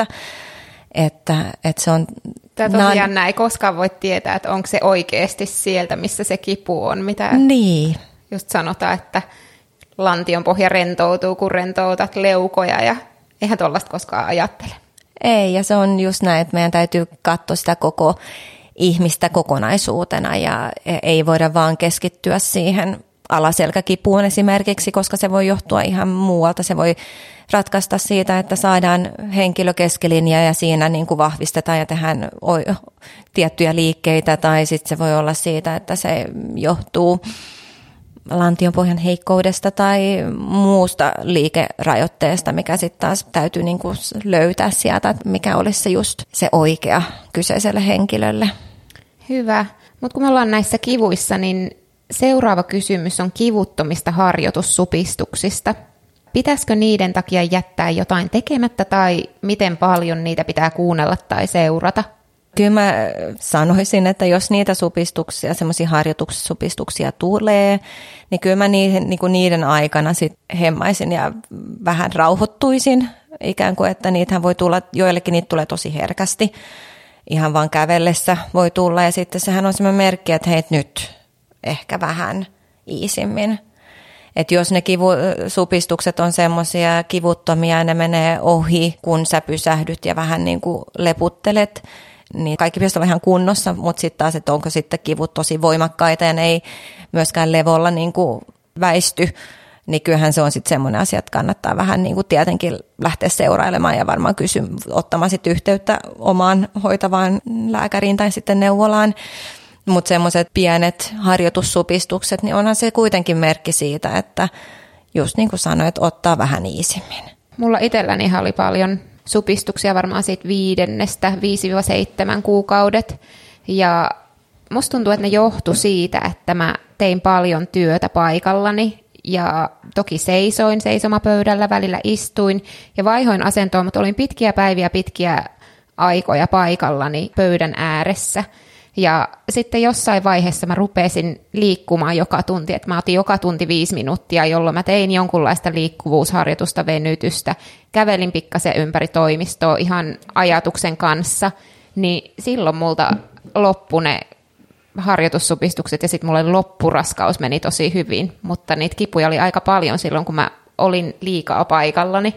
että se on... Tämä tosiaan näin ei koskaan voi tietää, että onko se oikeasti sieltä, missä se kipu on, mitä niin. Just sanotaan, että lantion pohja rentoutuu, kun rentoutat leukoja ja eihän tuollaista koskaan ajattele. Ei, ja se on just näin, että meidän täytyy katsoa sitä koko ihmistä kokonaisuutena ja ei voida vaan keskittyä siihen alaselkäkipuun esimerkiksi, koska se voi johtua ihan muualta. Se voi ratkaista siitä, että saadaan henkilö keskilinja ja siinä niin kuin vahvistetaan ja tehdään tiettyjä liikkeitä, tai sitten se voi olla siitä, että se johtuu lantionpohjan heikkoudesta tai muusta liikerajoitteesta, mikä sitten taas täytyy niinku löytää sieltä, mikä olisi se just se oikea kyseiselle henkilölle. Hyvä. Mutta kun me ollaan näissä kivuissa, niin seuraava kysymys on kivuttomista harjoitussupistuksista. Pitäisikö niiden takia jättää jotain tekemättä tai miten paljon niitä pitää kuunnella tai seurata? Kyllä mä sanoisin, että jos niitä supistuksia, semmoisia harjoitussupistuksia tulee, niin kyllä mä niiden aikana sit hemmaisin ja vähän rauhoittuisin. Ikään kuin, että niitähän voi tulla, joillekin niitä tulee tosi herkästi. Ihan vaan kävellessä voi tulla ja sitten sehän on semmoinen merkki, että hei nyt ehkä vähän iisimmin. Että jos ne supistukset on semmoisia kivuttomia ja ne menee ohi, kun sä pysähdyt ja vähän niin kuin leputtelet, niin kaikki pitäisi olla ihan kunnossa, mutta sitten taas, että onko sitten kivut tosi voimakkaita ja ne ei myöskään levolla niin kuin väisty, niin kyllähän se on sitten semmoinen asia, että kannattaa vähän niin kuin tietenkin lähteä seurailemaan ja varmaan ottamaan sitten yhteyttä omaan hoitavaan lääkäriin tai sitten neuvolaan. Mutta semmoiset pienet harjoitussupistukset, niin onhan se kuitenkin merkki siitä, että just niin kuin sanoit, ottaa vähän iisimmin. Mulla itselläni oli paljon supistuksia varmaan siitä 5-7 kuukaudet. Ja musta tuntuu, että ne johtui siitä, että mä tein paljon työtä paikallani. Ja toki seisoin seisomapöydällä, välillä istuin ja vaihoin asentoa, mutta olin pitkiä päiviä, pitkiä aikoja paikallani pöydän ääressä. Ja sitten jossain vaiheessa mä rupesin liikkumaan joka tunti, että mä otin joka tunti 5 minuuttia, jolloin mä tein jonkunlaista liikkuvuusharjoitusta, venytystä, kävelin pikkasen ympäri toimistoa ihan ajatuksen kanssa, niin silloin multa loppui ne harjoitussupistukset ja sitten mulle loppuraskaus meni tosi hyvin, mutta niitä kipuja oli aika paljon silloin, kun mä olin liikaa paikallani.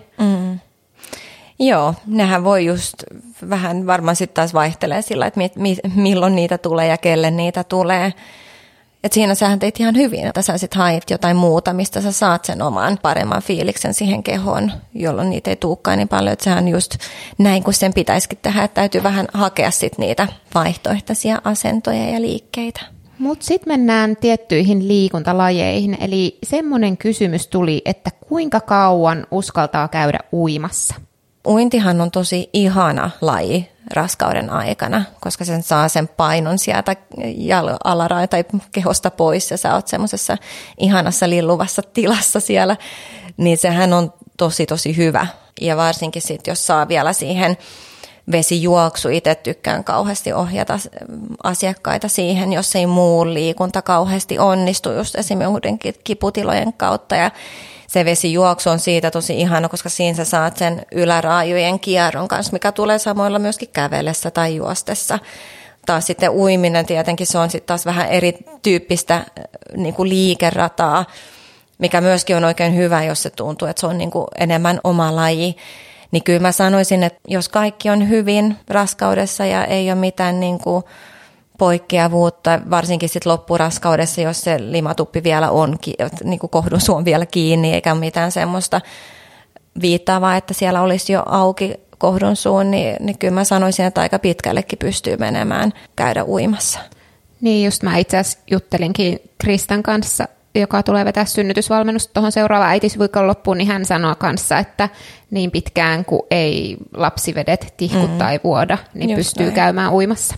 Joo, nehän voi just vähän varmaan sitten taas vaihtelee sillä, että milloin niitä tulee ja kelle niitä tulee. Et siinä sähän teit ihan hyvin, että sä sit hait jotain muuta, mistä sä saat sen oman paremman fiiliksen siihen kehoon, jolloin niitä ei tulekaan niin paljon. Että sehän just näin, kun sen pitäisikin tehdä, että täytyy vähän hakea sit niitä vaihtoehtoisia asentoja ja liikkeitä. Mutta sitten mennään tiettyihin liikuntalajeihin, eli semmoinen kysymys tuli, että kuinka kauan uskaltaa käydä uimassa? Uintihan on tosi ihana laji raskauden aikana, koska sen saa sen painon sieltä alaraan tai kehosta pois ja sä oot semmoisessa ihanassa lilluvassa tilassa siellä, niin sehän on tosi hyvä. Ja varsinkin sitten, jos saa vielä siihen vesijuoksu, itse tykkään kauheasti ohjata asiakkaita siihen, jos ei muu liikunta kauheasti onnistu just esimerkiksi kiputilojen kautta ja se vesijuoksu on siitä tosi ihana, koska siinä sä saat sen yläraajujen kierron kanssa, mikä tulee samoilla myöskin kävellessä tai juostessa. Taas sitten uiminen tietenkin, se on sitten taas vähän erityyppistä niin kuin liikerataa, mikä myöskin on oikein hyvä, jos se tuntuu, että se on niin kuin enemmän oma laji. Niin kyllä mä sanoisin, että jos kaikki on hyvin raskaudessa ja ei ole mitään niin kuin poikkeavuutta, varsinkin sitten loppuraskaudessa, jos se limatuppi vielä on, niin kuin kohdunsuon vielä kiinni, eikä mitään semmoista viittaavaa, että siellä olisi jo auki kohdunsuun, niin kyllä mä sanoisin, että aika pitkällekin pystyy menemään käydä uimassa. Niin just mä itse asiassa juttelinkin Kristan kanssa, joka tulee vetää synnytysvalmennusta tuohon seuraavaan äitiysviikon loppuun, niin hän sanoo kanssa, että niin pitkään kuin ei lapsivedet tihku tai vuoda, niin pystyy näin käymään uimassa.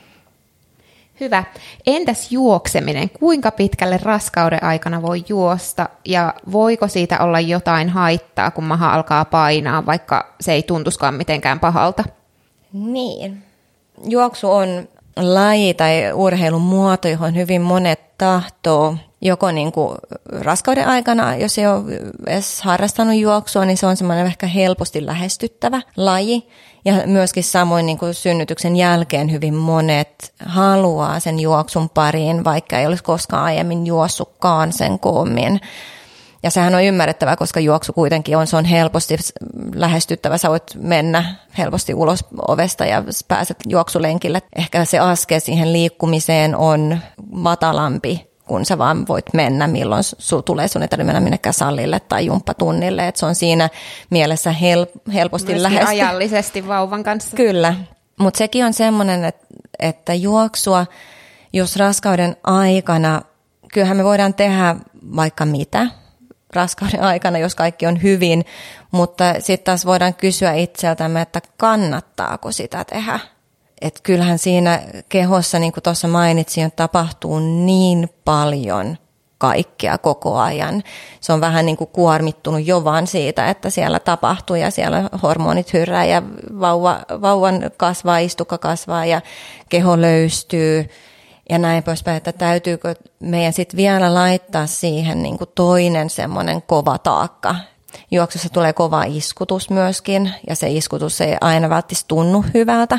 Hyvä. Entäs juokseminen? Kuinka pitkälle raskauden aikana voi juosta ja voiko siitä olla jotain haittaa, kun maha alkaa painaa, vaikka se ei tuntuskaan mitenkään pahalta? Niin. Juoksu on laji tai urheilun muoto, johon hyvin monet tahtoo. Joko niin kuin raskauden aikana, jos ei ole edes harrastanut juoksua, niin se on semmoinen ehkä helposti lähestyttävä laji. Ja myöskin samoin niin kuin synnytyksen jälkeen hyvin monet haluaa sen juoksun pariin, vaikka ei olisi koskaan aiemmin juossutkaan sen koommin. Ja sehän on ymmärrettävä, koska juoksu kuitenkin se on helposti lähestyttävä. Sä voit mennä helposti ulos ovesta ja pääset juoksulenkille. Ehkä se askel siihen liikkumiseen on matalampi, kun sä vaan voit mennä, milloin tulee, sun ei tarvitse mennä minnekään sallille tai jumppatunnille. Että se on siinä mielessä helposti lähestyttävä. Ajallisesti vauvan kanssa. Kyllä, mutta sekin on semmoinen, että juoksua, jos raskauden aikana, kyllähän me voidaan tehdä vaikka mitä raskauden aikana, jos kaikki on hyvin, mutta sitten taas voidaan kysyä itseltämme, että kannattaako sitä tehdä. Että kyllähän siinä kehossa, niin kuin tuossa mainitsin, tapahtuu niin paljon kaikkea koko ajan. Se on vähän niin kuin kuormittunut jo vaan siitä, että siellä tapahtuu ja siellä hormonit hyrrää ja vauvan kasvaa, istukka kasvaa ja keho löystyy ja näin poispäin, että täytyykö meidän sitten vielä laittaa siihen niin kuin toinen semmoinen kova taakka. Juoksussa tulee kova iskutus myöskin ja se iskutus ei aina välttämättä tunnu hyvältä.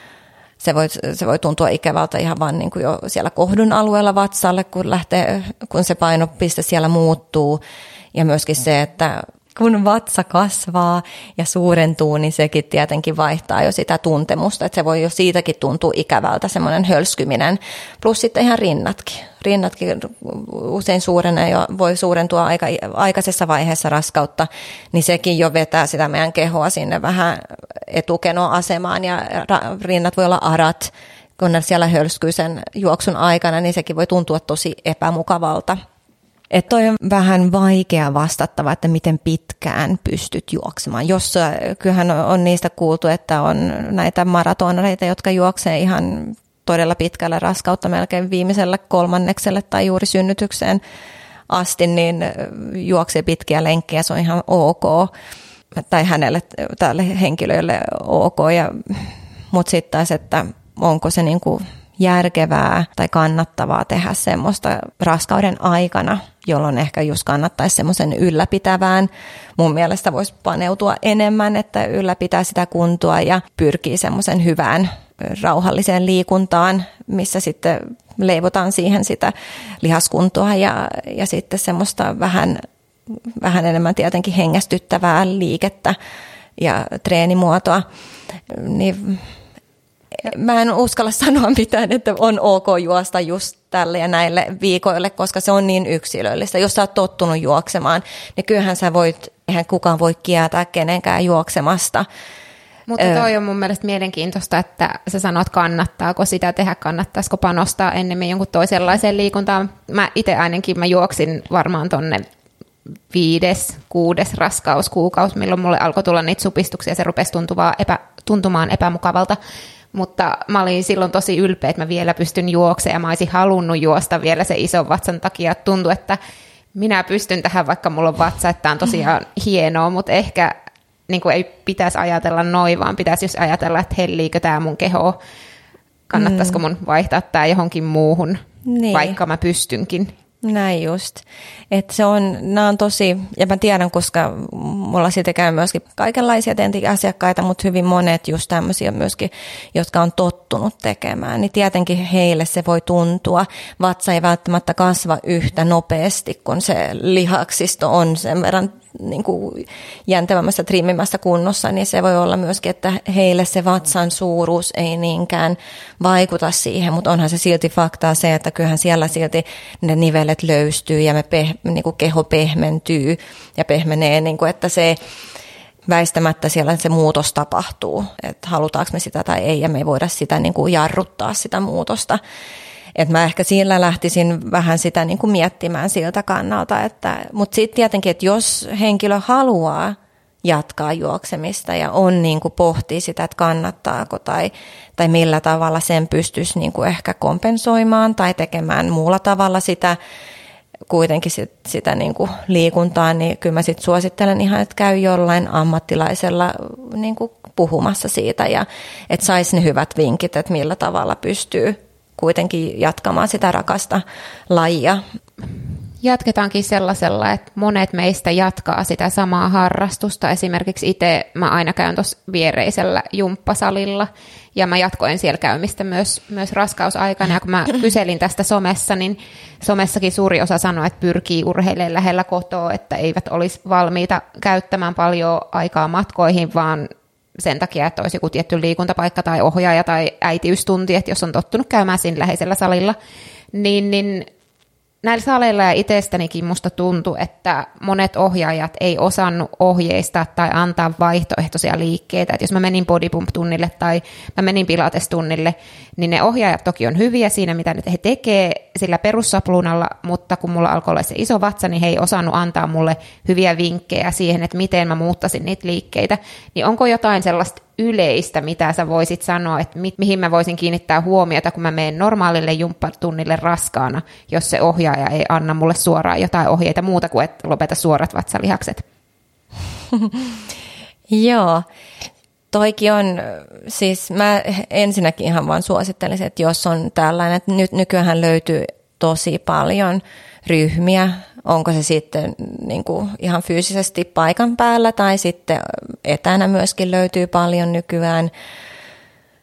Se voi tuntua ikävältä ihan vaan niin kuin jo siellä kohdun alueella vatsalle, kun se painopiste siellä muuttuu. Ja myöskin se, että kun vatsa kasvaa ja suurentuu, niin sekin tietenkin vaihtaa jo sitä tuntemusta, että se voi jo siitäkin tuntua ikävältä, semmoinen hölskyminen. Plus sitten ihan rinnatkin. Rinnatkin usein suurenee jo, voi suurentua aikaisessa vaiheessa raskautta, niin sekin jo vetää sitä meidän kehoa sinne vähän etukenoasemaan ja rinnat voi olla arat, kun ne siellä hölskyy sen juoksun aikana, niin sekin voi tuntua tosi epämukavalta. Että toi on vähän vaikea vastattava, että miten pitkään pystyt juoksemaan. Kyllähän on niistä kuultu, että on näitä maratonareita, jotka juoksee ihan todella pitkällä raskautta, melkein viimeisellä kolmannekselle tai juuri synnytykseen asti, niin juoksee pitkiä lenkkejä, se on ihan ok. Tai tälle henkilölle ok. Mutta sitten taas, että onko se niinku järkevää tai kannattavaa tehdä semmoista raskauden aikana, jolloin ehkä just kannattaisi semmoisen ylläpitävään. Mun mielestä voisi paneutua enemmän, että ylläpitää sitä kuntoa ja pyrkii semmoisen hyvään rauhalliseen liikuntaan, missä sitten leivotaan siihen sitä lihaskuntoa ja sitten semmoista vähän enemmän tietenkin hengästyttävää liikettä ja treenimuotoa. Niin mä en uskalla sanoa mitään, että on ok juosta just tälle ja näille viikoille, koska se on niin yksilöllistä. Jos sä oot tottunut juoksemaan, niin kyllähän eihän kukaan voi kieltää kenenkään juoksemasta. Mutta toi on mun mielestä mielenkiintoista, että sä sanot, kannattaako sitä tehdä, kannattaisiko panostaa ennemmin jonkun toisenlaiseen liikuntaan. Mä itse ainakin juoksin varmaan tonne 5., 6. raskauskuukausi, milloin mulle alkoi tulla niitä supistuksia ja se rupesi tuntumaan epämukavalta. Mutta mä olin silloin tosi ylpeä, että mä vielä pystyn juoksemaan ja mä olisin halunnut juosta vielä se ison vatsan takia. Tuntui, että minä pystyn tähän, vaikka mulla on vatsa, että tämä on tosiaan hienoa, mutta ehkä niin kuin ei pitäisi ajatella noin, vaan pitäisi just ajatella, että helliikö tämä mun keho, kannattaisiko mun vaihtaa tämä johonkin muuhun, niin, vaikka mä pystynkin. Näin just. Että nämä on tosi, ja mä tiedän, koska mulla siitä käy myöskin kaikenlaisia asiakkaita, mutta hyvin monet just tämmöisiä myöskin, jotka on tottunut tekemään, niin tietenkin heille se voi tuntua. Vatsa ei välttämättä kasva yhtä nopeasti, kun se lihaksisto on sen verran niin kuin jäntevämmässä, trimmimässä kunnossa, niin se voi olla myöskin, että heille se vatsan suuruus ei niinkään vaikuta siihen, mutta onhan se silti faktaa se, että kyllähän siellä silti ne nivelet löystyy ja niin kuin keho pehmentyy ja pehmenee, niin kuin, että se väistämättä siellä se muutos tapahtuu, että halutaanko me sitä tai ei, ja me ei voida sitä niin kuin jarruttaa sitä muutosta. Että mä ehkä siellä lähtisin vähän sitä niin kuin miettimään siltä kannalta, mutta sitten tietenkin, että jos henkilö haluaa jatkaa juoksemista ja niin kuin pohtii sitä, että kannattaako tai millä tavalla sen pystyisi niin kuin ehkä kompensoimaan tai tekemään muulla tavalla sitä, kuitenkin sitä niin kuin liikuntaa, niin kyllä mä sitten suosittelen ihan, että käy jollain ammattilaisella niin kuin puhumassa siitä ja että saisi ne hyvät vinkit, että millä tavalla pystyy kuitenkin jatkamaan sitä rakasta lajia. Jatketaankin sellaisella, että monet meistä jatkaa sitä samaa harrastusta. Esimerkiksi itse mä aina käyn tuossa viereisellä jumppasalilla ja mä jatkoin siellä käymistä myös raskausaikana. Ja kun mä kyselin tästä somessa, niin somessakin suuri osa sanoi, että pyrkii urheilemaan lähellä kotoa, että eivät olisi valmiita käyttämään paljon aikaa matkoihin, vaan sen takia, että olisi joku tietty liikuntapaikka tai ohjaaja tai äitiystunti, että jos on tottunut käymään siinä läheisellä salilla, niin näillä saleilla ja itsestänikin musta tuntui, että monet ohjaajat ei osannut ohjeistaa tai antaa vaihtoehtoisia liikkeitä. Että jos mä menin bodypump-tunnille tai mä menin pilates-tunnille, niin ne ohjaajat toki on hyviä siinä, mitä he tekee sillä perussapluunalla, mutta kun mulla alkoi olla se iso vatsa, niin he ei osannut antaa mulle hyviä vinkkejä siihen, että miten mä muuttaisin niitä liikkeitä. Niin onko jotain sellaista yleistä, mitä sä voisit sanoa, että mihin mä voisin kiinnittää huomiota, kun mä menen normaalille jumppatunnille raskaana, jos se ohjaaja ei anna mulle suoraan jotain ohjeita muuta kuin, että lopeta suorat vatsalihakset? Joo, toikin on, siis mä ensinnäkin ihan vaan suosittelisin, että jos on tällainen, että nyt nykyään löytyy tosi paljon ryhmiä, onko se sitten niin kuin ihan fyysisesti paikan päällä tai sitten etänä myöskin löytyy paljon nykyään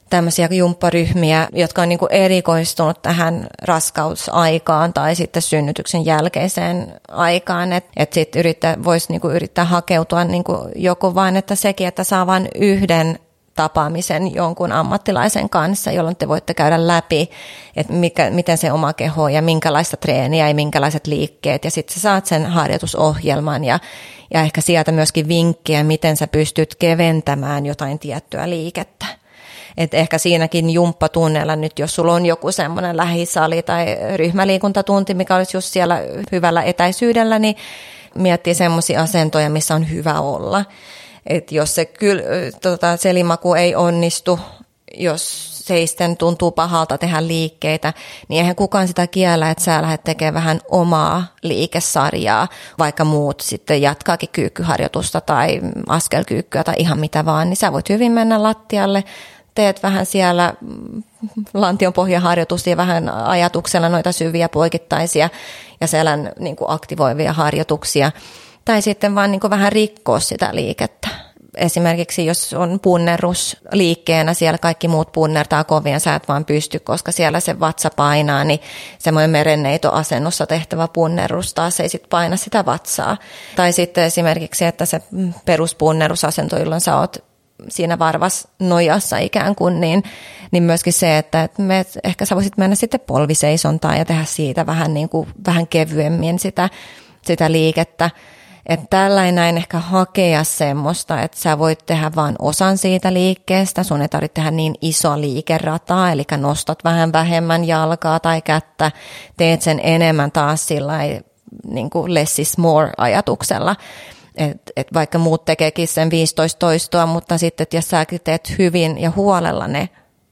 tämmöisiä jumpparyhmiä, jotka on niin kuin erikoistunut tähän raskausaikaan tai sitten synnytyksen jälkeiseen aikaan. Että sitten voisi niin kuin yrittää hakeutua niin kuin joko vain, että sekin, että saa vain yhden tapaamisen jonkun ammattilaisen kanssa, jolloin te voitte käydä läpi, että miten se oma keho ja minkälaista treeniä ja minkälaiset liikkeet. Ja sitten sä saat sen harjoitusohjelman ja ehkä sieltä myöskin vinkkejä, miten sä pystyt keventämään jotain tiettyä liikettä. Et ehkä siinäkin jumppatunneilla nyt, jos sulla on joku semmoinen lähisali tai ryhmäliikuntatunti, mikä olisi just siellä hyvällä etäisyydellä, niin miettii semmoisia asentoja, missä on hyvä olla. Et jos se selimaku ei onnistu, jos seisten tuntuu pahalta tehdä liikkeitä, niin eihän kukaan sitä kiellä, että sä lähdet tekemään vähän omaa liikesarjaa, vaikka muut sitten jatkaakin kyykkyharjoitusta tai askelkyykkyä tai ihan mitä vaan, niin sä voit hyvin mennä lattialle, teet vähän siellä lantion pohjaharjoitusta ja vähän ajatuksella noita syviä poikittaisia ja selän niin kuin aktivoivia harjoituksia. Tai sitten vaan niin kuin vähän rikkoa sitä liikettä. Esimerkiksi jos on punnerus liikkeenä, siellä kaikki muut punnertaa kovin ja sä et vaan pysty, koska siellä se vatsa painaa, niin semmoinen merenneitoasennossa tehtävä punnerus taas ei sit paina sitä vatsaa. Tai sitten esimerkiksi, että se peruspunnerusasento, jolloin sä oot siinä varvas nojassa ikään kuin, niin myöskin se, että ehkä sä voisit mennä sitten polviseisontaan ja tehdä siitä vähän kevyemmin sitä liikettä. Että tällainen ehkä hakea semmoista, että sä voit tehdä vain osan siitä liikkeestä, sun ei tarvitse tehdä niin iso liikerataa, eli nostat vähän vähemmän jalkaa tai kättä, teet sen enemmän taas sillai niin kuin less is more -ajatuksella. Et vaikka muut tekeekin sen 15 toistoa, mutta sitten jos säkin teet hyvin ja huolella ne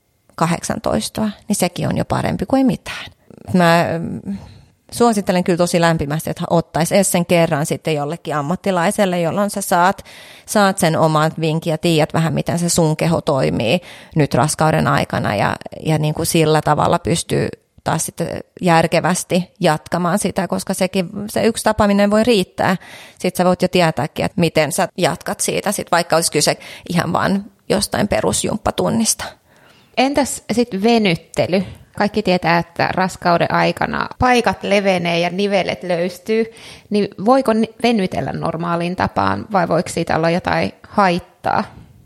8 toistoa, niin sekin on jo parempi kuin ei mitään. Mä suosittelen kyllä tosi lämpimästi, että ottaisi edes sen kerran sitten jollekin ammattilaiselle, jolloin sä saat sen oman vinkin ja tiedät vähän, miten se sun keho toimii nyt raskauden aikana ja niin kuin sillä tavalla pystyy taas sitten järkevästi jatkamaan sitä, koska se yksi tapaaminen voi riittää. Sitten sä voit jo tietääkin, että miten sä jatkat siitä, sit vaikka olisi kyse ihan vaan jostain perusjumppatunnista. Entäs sitten venyttely? Kaikki tietää, että raskauden aikana paikat levenee ja nivelet löystyy, niin voiko venytellä normaaliin tapaan vai voiko siitä olla jotain haittaa?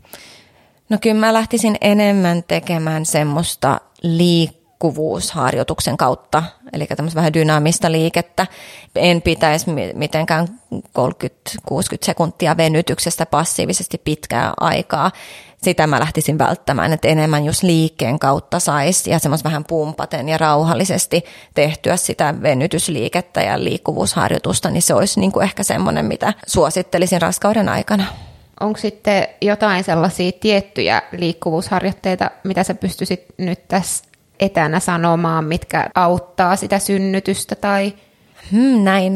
No kyllä mä lähtisin enemmän tekemään semmoista liikkuvuusharjoituksen kautta, eli tämmöistä vähän dynaamista liikettä. En pitäisi mitenkään 30-60 sekuntia venytyksestä passiivisesti pitkää aikaa. Sitä mä lähtisin välttämään, että enemmän jos liikkeen kautta saisi ja semmoista vähän pumpaten ja rauhallisesti tehtyä sitä venytysliikettä ja liikkuvuusharjoitusta, niin se olisi niin kuin ehkä semmoinen, mitä suosittelisin raskauden aikana. Onko sitten jotain sellaisia tiettyjä liikkuvuusharjoitteita, mitä sä pystyisit nyt tässä etänä sanomaan, mitkä auttaa sitä synnytystä tai? Näin.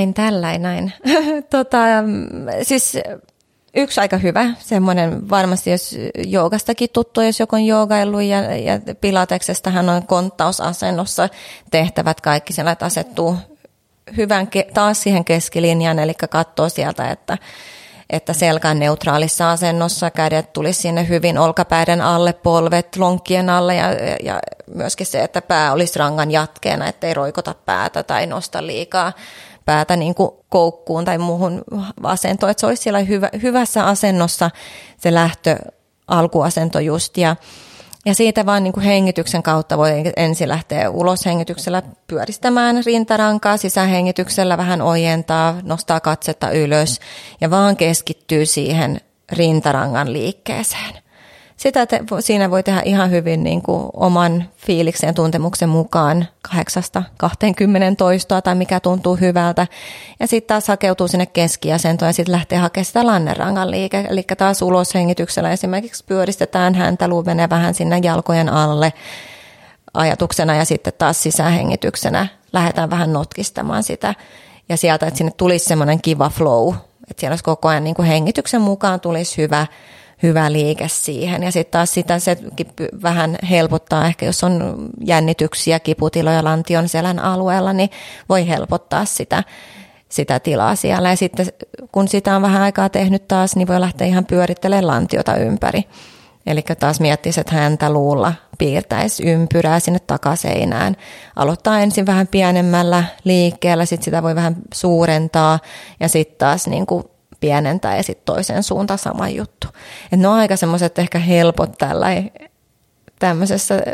Siis yksi aika hyvä, semmoinen varmasti, jos joogastakin tuttu, jos joku on joogaillut ja pilateksestahan on konttausasennossa tehtävät kaikki siellä, että asettuu hyvän taas siihen keskilinjaan, eli katsoo sieltä, että selkä on neutraalissa asennossa, kädet tulisi sinne hyvin olkapäiden alle, polvet lonkkien alle ja myöskin se, että pää olisi rangan jatkeena, ettei roikota päätä tai nosta liikaa päätä niin kuin koukkuun tai muuhun asentoon, että se olisi siellä hyvässä asennossa se alkuasento just ja siitä vaan niin kuin hengityksen kautta voi ensin lähteä uloshengityksellä pyöristämään rintarankaa, sisähengityksellä vähän ojentaa, nostaa katsetta ylös ja vaan keskittyy siihen rintarangan liikkeeseen. Siinä voi tehdä ihan hyvin niin kuin oman fiiliksen ja tuntemuksen mukaan 8-20 toistoa tai mikä tuntuu hyvältä. Ja sitten taas hakeutuu sinne keskiasentoon ja sitten lähtee hakemaan sitä lannerangan liike. Eli taas uloshengityksellä esimerkiksi pyöristetään häntä, luu menee vähän sinne jalkojen alle ajatuksena ja sitten taas sisähengityksenä lähdetään vähän notkistamaan sitä. Ja sieltä, että sinne tulisi semmoinen kiva flow, että siellä olisi koko ajan niin kuin hengityksen mukaan tulisi hyvä liike siihen. Ja sitten taas se vähän helpottaa, ehkä jos on jännityksiä, kiputiloja lantion selän alueella, niin voi helpottaa sitä tilaa siellä. Ja sitten kun sitä on vähän aikaa tehnyt taas, niin voi lähteä ihan pyörittelemään lantiota ympäri. Eli taas miettisi, että häntä luulla piirtäisi ympyrää sinne takaseinään. Aloittaa ensin vähän pienemmällä liikkeellä, sitten sitä voi vähän suurentaa ja sitten taas niin kuin pienentää ja sitten toiseen suuntaan sama juttu. Et ne on aika semmoiset ehkä helpot tämmöisessä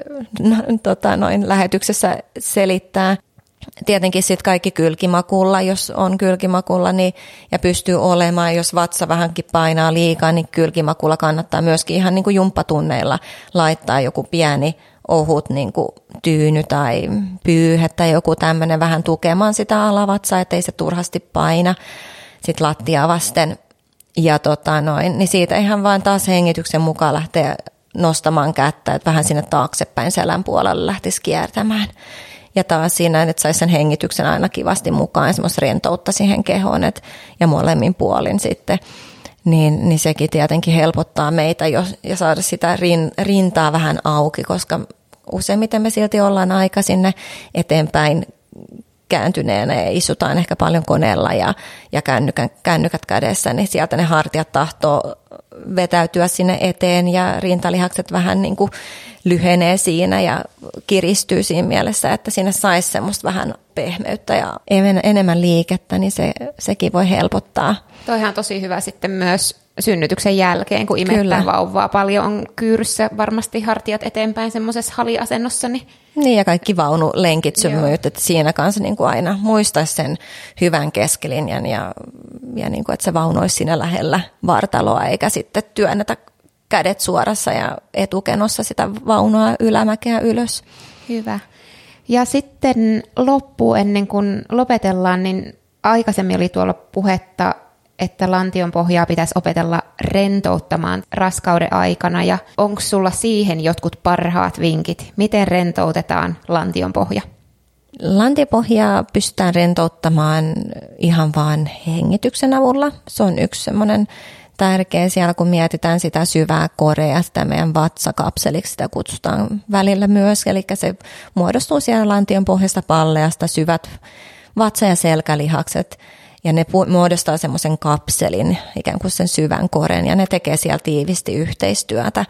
lähetyksessä selittää. Tietenkin sitten kaikki kylkimakulla, jos on kylkimakulla niin, ja pystyy olemaan, jos vatsa vähänkin painaa liikaa, niin kylkimakulla kannattaa myöskin ihan niin kuin jumppatunneilla laittaa joku pieni ohut niin kuin tyyny tai pyyhe tai joku tämmöinen vähän tukemaan sitä alavatsaa, ettei se turhasti paina sit lattiaa vasten. Ja niin siitä ihan vaan taas hengityksen mukaan lähtee nostamaan kättä, että vähän sinne taaksepäin selän puolelle lähtisi kiertämään. Ja taas siinä, että saisi sen hengityksen aina kivasti mukaan ja semmoista rentoutta siihen kehoon ja molemmin puolin sitten. Niin sekin tietenkin helpottaa meitä ja saada sitä rintaa vähän auki, koska useimmiten me silti ollaan aika sinne eteenpäin kääntyneenä ja istutaan ehkä paljon koneella ja kännykät kädessä, niin sieltä ne hartiat tahtoo vetäytyä sinne eteen ja rintalihakset vähän niin kuin lyhenee siinä ja kiristyy siinä mielessä, että sinne saisi semmoista vähän pehmeyttä ja enemmän liikettä, niin sekin voi helpottaa. Toihan on tosi hyvä sitten myös synnytyksen jälkeen, kun imettää vauvaa paljon, on kyyryssä varmasti hartiat eteenpäin semmoisessa haliasennossa. Niin ja kaikki vaunulenkitsymyyt, että siinä kanssa niin kuin aina muistaisi sen hyvän keskilinjan ja niin kuin, että se vaunu olisi siinä lähellä vartaloa eikä sitten työnnetä kädet suorassa ja etukenossa sitä vaunua ylämäkeä ylös. Hyvä. Ja sitten loppuun ennen kuin lopetellaan, niin aikaisemmin oli tuolla puhetta, että lantion pohjaa pitäisi opetella rentouttamaan raskauden aikana. Ja onko sulla siihen jotkut parhaat vinkit? Miten rentoutetaan lantion pohja? Lantiopohjaa pystytään rentouttamaan ihan vaan hengityksen avulla. Se on yksi semmoinen tärkeä siellä, kun mietitään sitä syvää korea, sitä meidän vatsakapseliksi, sitä kutsutaan välillä myös. Eli se muodostuu siellä lantion pohjasta palleasta syvät vatsa- ja selkälihakset. Ja ne muodostaa semmoisen kapselin, ikään kuin sen syvän koren, ja ne tekee siellä tiivisti yhteistyötä.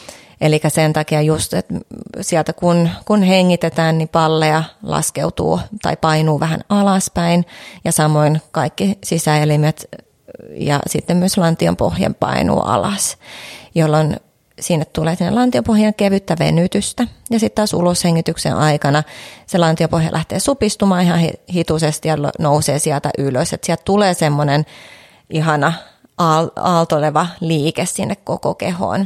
Eli sen takia just, että sieltä kun hengitetään, niin palleja laskeutuu tai painuu vähän alaspäin, ja samoin kaikki sisäelimet ja sitten myös lantion pohjan painuu alas, jolloin sinne tulee sinne lantiopohjan kevyttä venytystä ja sitten taas uloshengityksen aikana se lantiopohja lähtee supistumaan ihan hituisesti ja nousee sieltä ylös. Että sieltä tulee semmoinen ihana aaltoleva liike sinne koko kehoon.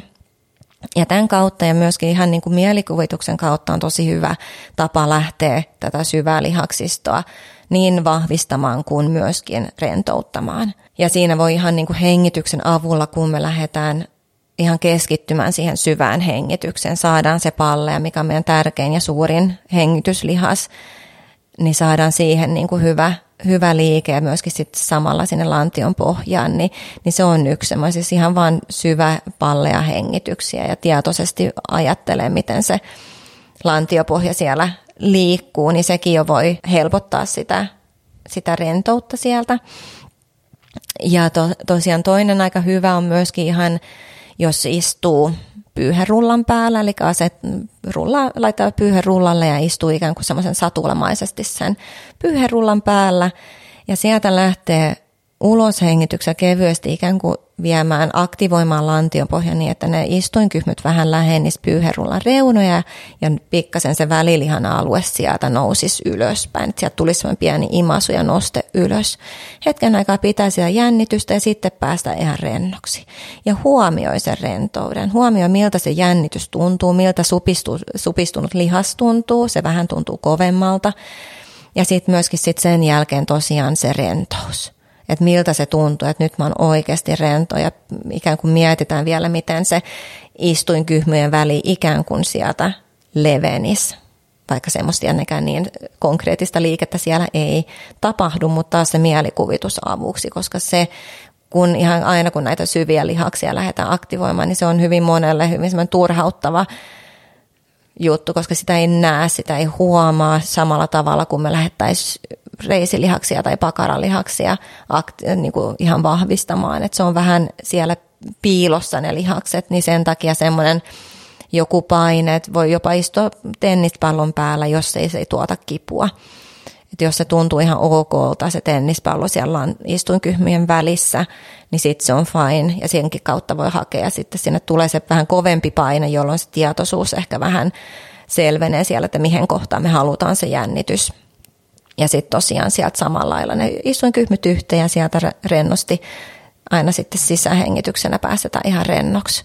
Ja tämän kautta ja myöskin ihan niin kuin mielikuvituksen kautta on tosi hyvä tapa lähteä tätä syvää lihaksistoa niin vahvistamaan kuin myöskin rentouttamaan. Ja siinä voi ihan niin kuin hengityksen avulla, kun me lähdetään ihan keskittymään siihen syvään hengitykseen, saadaan se pallea, mikä on meidän tärkein ja suurin hengityslihas, niin saadaan siihen niin kuin hyvä liike ja myöskin sitten samalla sinne lantion pohjaan, niin se on yksi semmoinen siis ihan vaan syvä pallea hengityksiä ja tietoisesti ajattelee, miten se lantiopohja siellä liikkuu, niin sekin jo voi helpottaa sitä rentoutta sieltä. Ja tosiaan toinen aika hyvä on myöskin ihan, jos istuu pyyherullan päällä, eli laittaa pyyherullalle ja istuu ikään kuin semmoisen satulamaisesti sen pyyherullan päällä. Ja sieltä lähtee uloshengityksen kevyesti ikään kuin aktivoimaan lantiopohjan niin, että ne istuinkyhmyt vähän lähennisi pyyherullan reunoja ja pikkasen se välilihan alue sieltä nousisi ylöspäin. Että sieltä tulisi semmoinen pieni imasu ja noste ylös. Hetken aikaa pitää sitä jännitystä ja sitten päästä ihan rennoksi. Ja huomioi sen rentouden. Huomioi miltä se jännitys tuntuu, miltä supistunut lihas tuntuu. Se vähän tuntuu kovemmalta. Ja sitten myöskin sen jälkeen tosiaan se rentous. Että miltä se tuntuu, että nyt mä oon oikeasti rento ja ikään kuin mietitään vielä, miten se istuinkyhmyjen väli ikään kuin sieltä levenisi. Vaikka semmoista jännekään niin konkreettista liikettä siellä ei tapahdu, mutta taas se mielikuvitus avuksi, koska se, kun ihan aina kun näitä syviä lihaksia lähdetään aktivoimaan, niin se on hyvin monelle hyvin semmoinen turhauttava juttu, koska sitä ei näe, sitä ei huomaa samalla tavalla, kun me lähdettäisiin reisilihaksia tai pakaralihaksia niin kuin ihan vahvistamaan. Että se on vähän siellä piilossa ne lihakset, niin sen takia semmoinen joku paine, että voi jopa istua tennispallon päällä, jos se ei tuota kipua. Että jos se tuntuu ihan okolta, se tennispallo siellä istuinkyhmien välissä, niin sitten se on fine ja senkin kautta voi hakea. Sitten sinne tulee se vähän kovempi paine, jolloin se tietoisuus ehkä vähän selvenee siellä, että mihin kohtaan me halutaan se jännitys. Ja sitten tosiaan sieltä samalla lailla ne istuinkyhmyt yhteen ja sieltä rennosti aina sitten sisähengityksenä päästetään ihan rennoksi.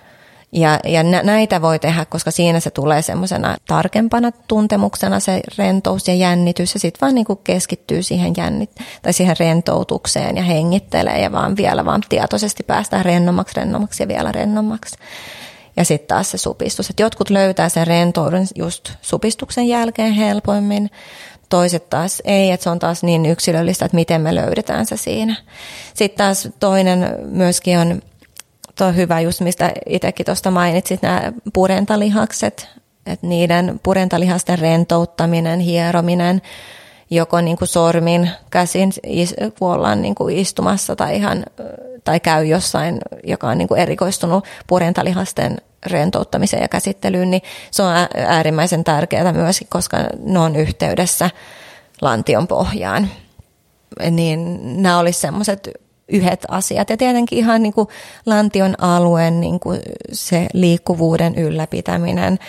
Ja näitä voi tehdä, koska siinä se tulee semmoisena tarkempana tuntemuksena se rentous ja jännitys ja sitten vaan niin kuin keskittyy siihen siihen rentoutukseen ja hengittelee ja vaan tietoisesti päästään rennommaksi ja vielä rennommaksi. Ja sitten taas se supistus. Et jotkut löytää sen rentouden just supistuksen jälkeen helpoimmin, toiset taas ei, että se on taas niin yksilöllistä, että miten me löydetään se siinä. Sitten taas toinen myöskin on hyvä just, mistä itsekin tuosta mainitsit, nämä purentalihakset, että niiden purentalihasten rentouttaminen, hierominen, joko niin kuin sormin, käsin, kun ollaan niin kuin istumassa tai käy jossain, joka on niin kuin erikoistunut purentalihasten rentouttamiseen ja käsittelyyn, niin se on äärimmäisen tärkeää myös, koska ne on yhteydessä lantion pohjaan. Niin nämä olisi sellaiset yhdet asiat. Ja tietenkin ihan niin kuin lantion alueen niin kuin se liikkuvuuden ylläpitäminen,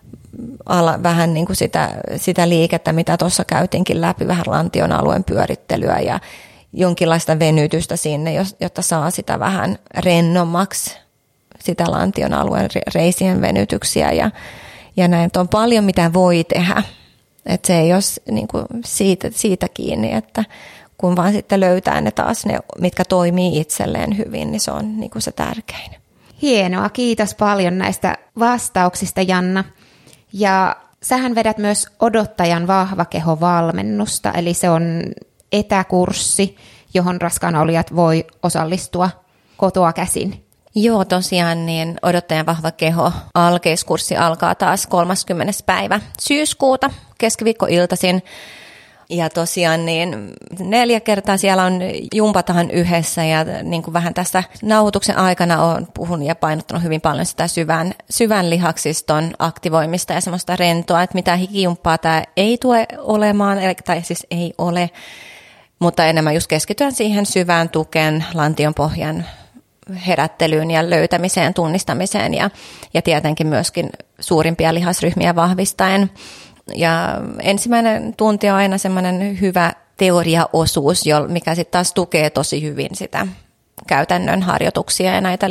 vähän niin kuin sitä liikettä, mitä tuossa käytiinkin läpi, vähän lantion alueen pyörittelyä ja jonkinlaista venytystä sinne, jotta saa sitä vähän rennommaksi, sitä lantion alueen reisien venytyksiä ja näin. On paljon, mitä voi tehdä. Että se ei ole niin kuin siitä kiinni, että kun vaan sitten löytää ne taas ne, mitkä toimii itselleen hyvin, niin se on niin kuin se tärkein. Hienoa, kiitos paljon näistä vastauksista, Janna. Ja sähän vedät myös odottajan vahvakehovalmennusta, eli se on etäkurssi, johon raskaana olijat voi osallistua kotoa käsin. Joo, tosiaan niin odottajan vahva keho alkeiskurssi alkaa taas 30. päivä syyskuuta keskiviikkoiltaisin. Ja tosiaan niin 4 kertaa siellä on jumpataan yhdessä ja niin kuin vähän tässä nauhoituksen aikana olen puhunut ja painottanut hyvin paljon sitä syvän lihaksiston aktivoimista ja semmoista rentoa, että mitään hikijumppaa tämä ei tule olemaan, tai siis ei ole, mutta enemmän just keskitytään siihen syvään tukeen, lantion pohjan herättelyyn ja löytämiseen, tunnistamiseen ja tietenkin myöskin suurimpia lihasryhmiä vahvistaen. Ja ensimmäinen tunti on aina semmoinen hyvä teoriaosuus, mikä sitten taas tukee tosi hyvin sitä käytännön harjoituksia ja näitä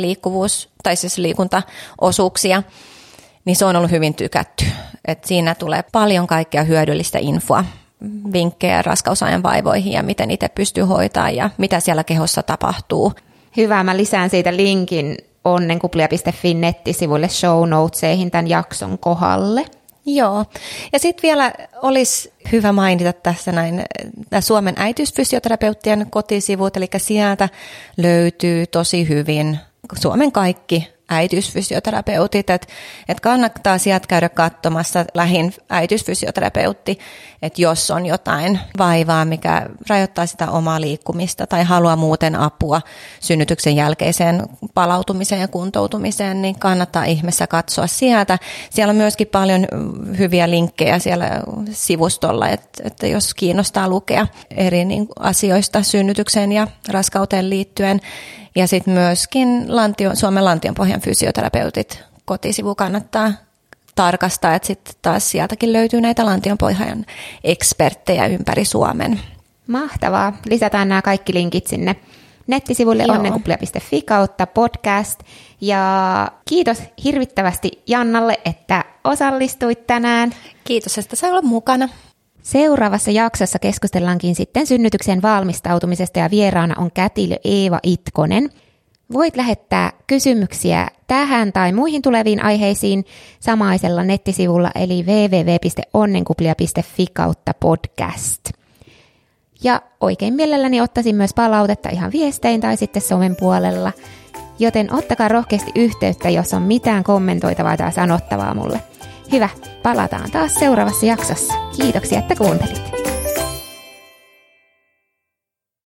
liikuntaosuuksia, niin se on ollut hyvin tykätty. Et siinä tulee paljon kaikkea hyödyllistä infoa, vinkkejä raskausajan vaivoihin ja miten itse pystyy hoitamaan ja mitä siellä kehossa tapahtuu. Hyvä, mä lisään siitä linkin onnenkuplia.fi nettisivuille show notesihin tämän jakson kohdalle. Joo, ja sitten vielä olisi hyvä mainita tässä näin Suomen äitiysfysioterapeuttien kotisivut, eli sieltä löytyy tosi hyvin Suomen kaikki äitiysfysioterapeutit, että kannattaa sieltä käydä katsomassa lähin äitiysfysioterapeutti, että jos on jotain vaivaa, mikä rajoittaa sitä omaa liikkumista tai haluaa muuten apua synnytyksen jälkeiseen palautumiseen ja kuntoutumiseen, niin kannattaa ihmeessä katsoa sieltä. Siellä on myöskin paljon hyviä linkkejä siellä sivustolla, että jos kiinnostaa lukea eri asioista synnytykseen ja raskauteen liittyen. Ja sitten myöskin Suomen lantionpohjan fysioterapeutit kotisivu kannattaa tarkastaa, että sitten taas sieltäkin löytyy näitä lantionpohjan eksperttejä ympäri Suomen. Mahtavaa. Lisätään nämä kaikki linkit sinne nettisivuille onnenkuplia.fi kautta podcast. Ja kiitos hirvittävästi Jannalle, että osallistuit tänään. Kiitos, että sai olla mukana. Seuraavassa jaksossa keskustellaankin sitten synnytykseen valmistautumisesta ja vieraana on kätilö Eeva Itkonen. Voit lähettää kysymyksiä tähän tai muihin tuleviin aiheisiin samaisella nettisivulla eli www.onnenkuplia.fi kautta podcast. Ja oikein mielelläni ottaisin myös palautetta ihan viestein tai sitten somen puolella, joten ottakaa rohkeasti yhteyttä, jos on mitään kommentoitavaa tai sanottavaa mulle. Hyvä, palataan taas seuraavassa jaksossa. Kiitoksia, että kuuntelit.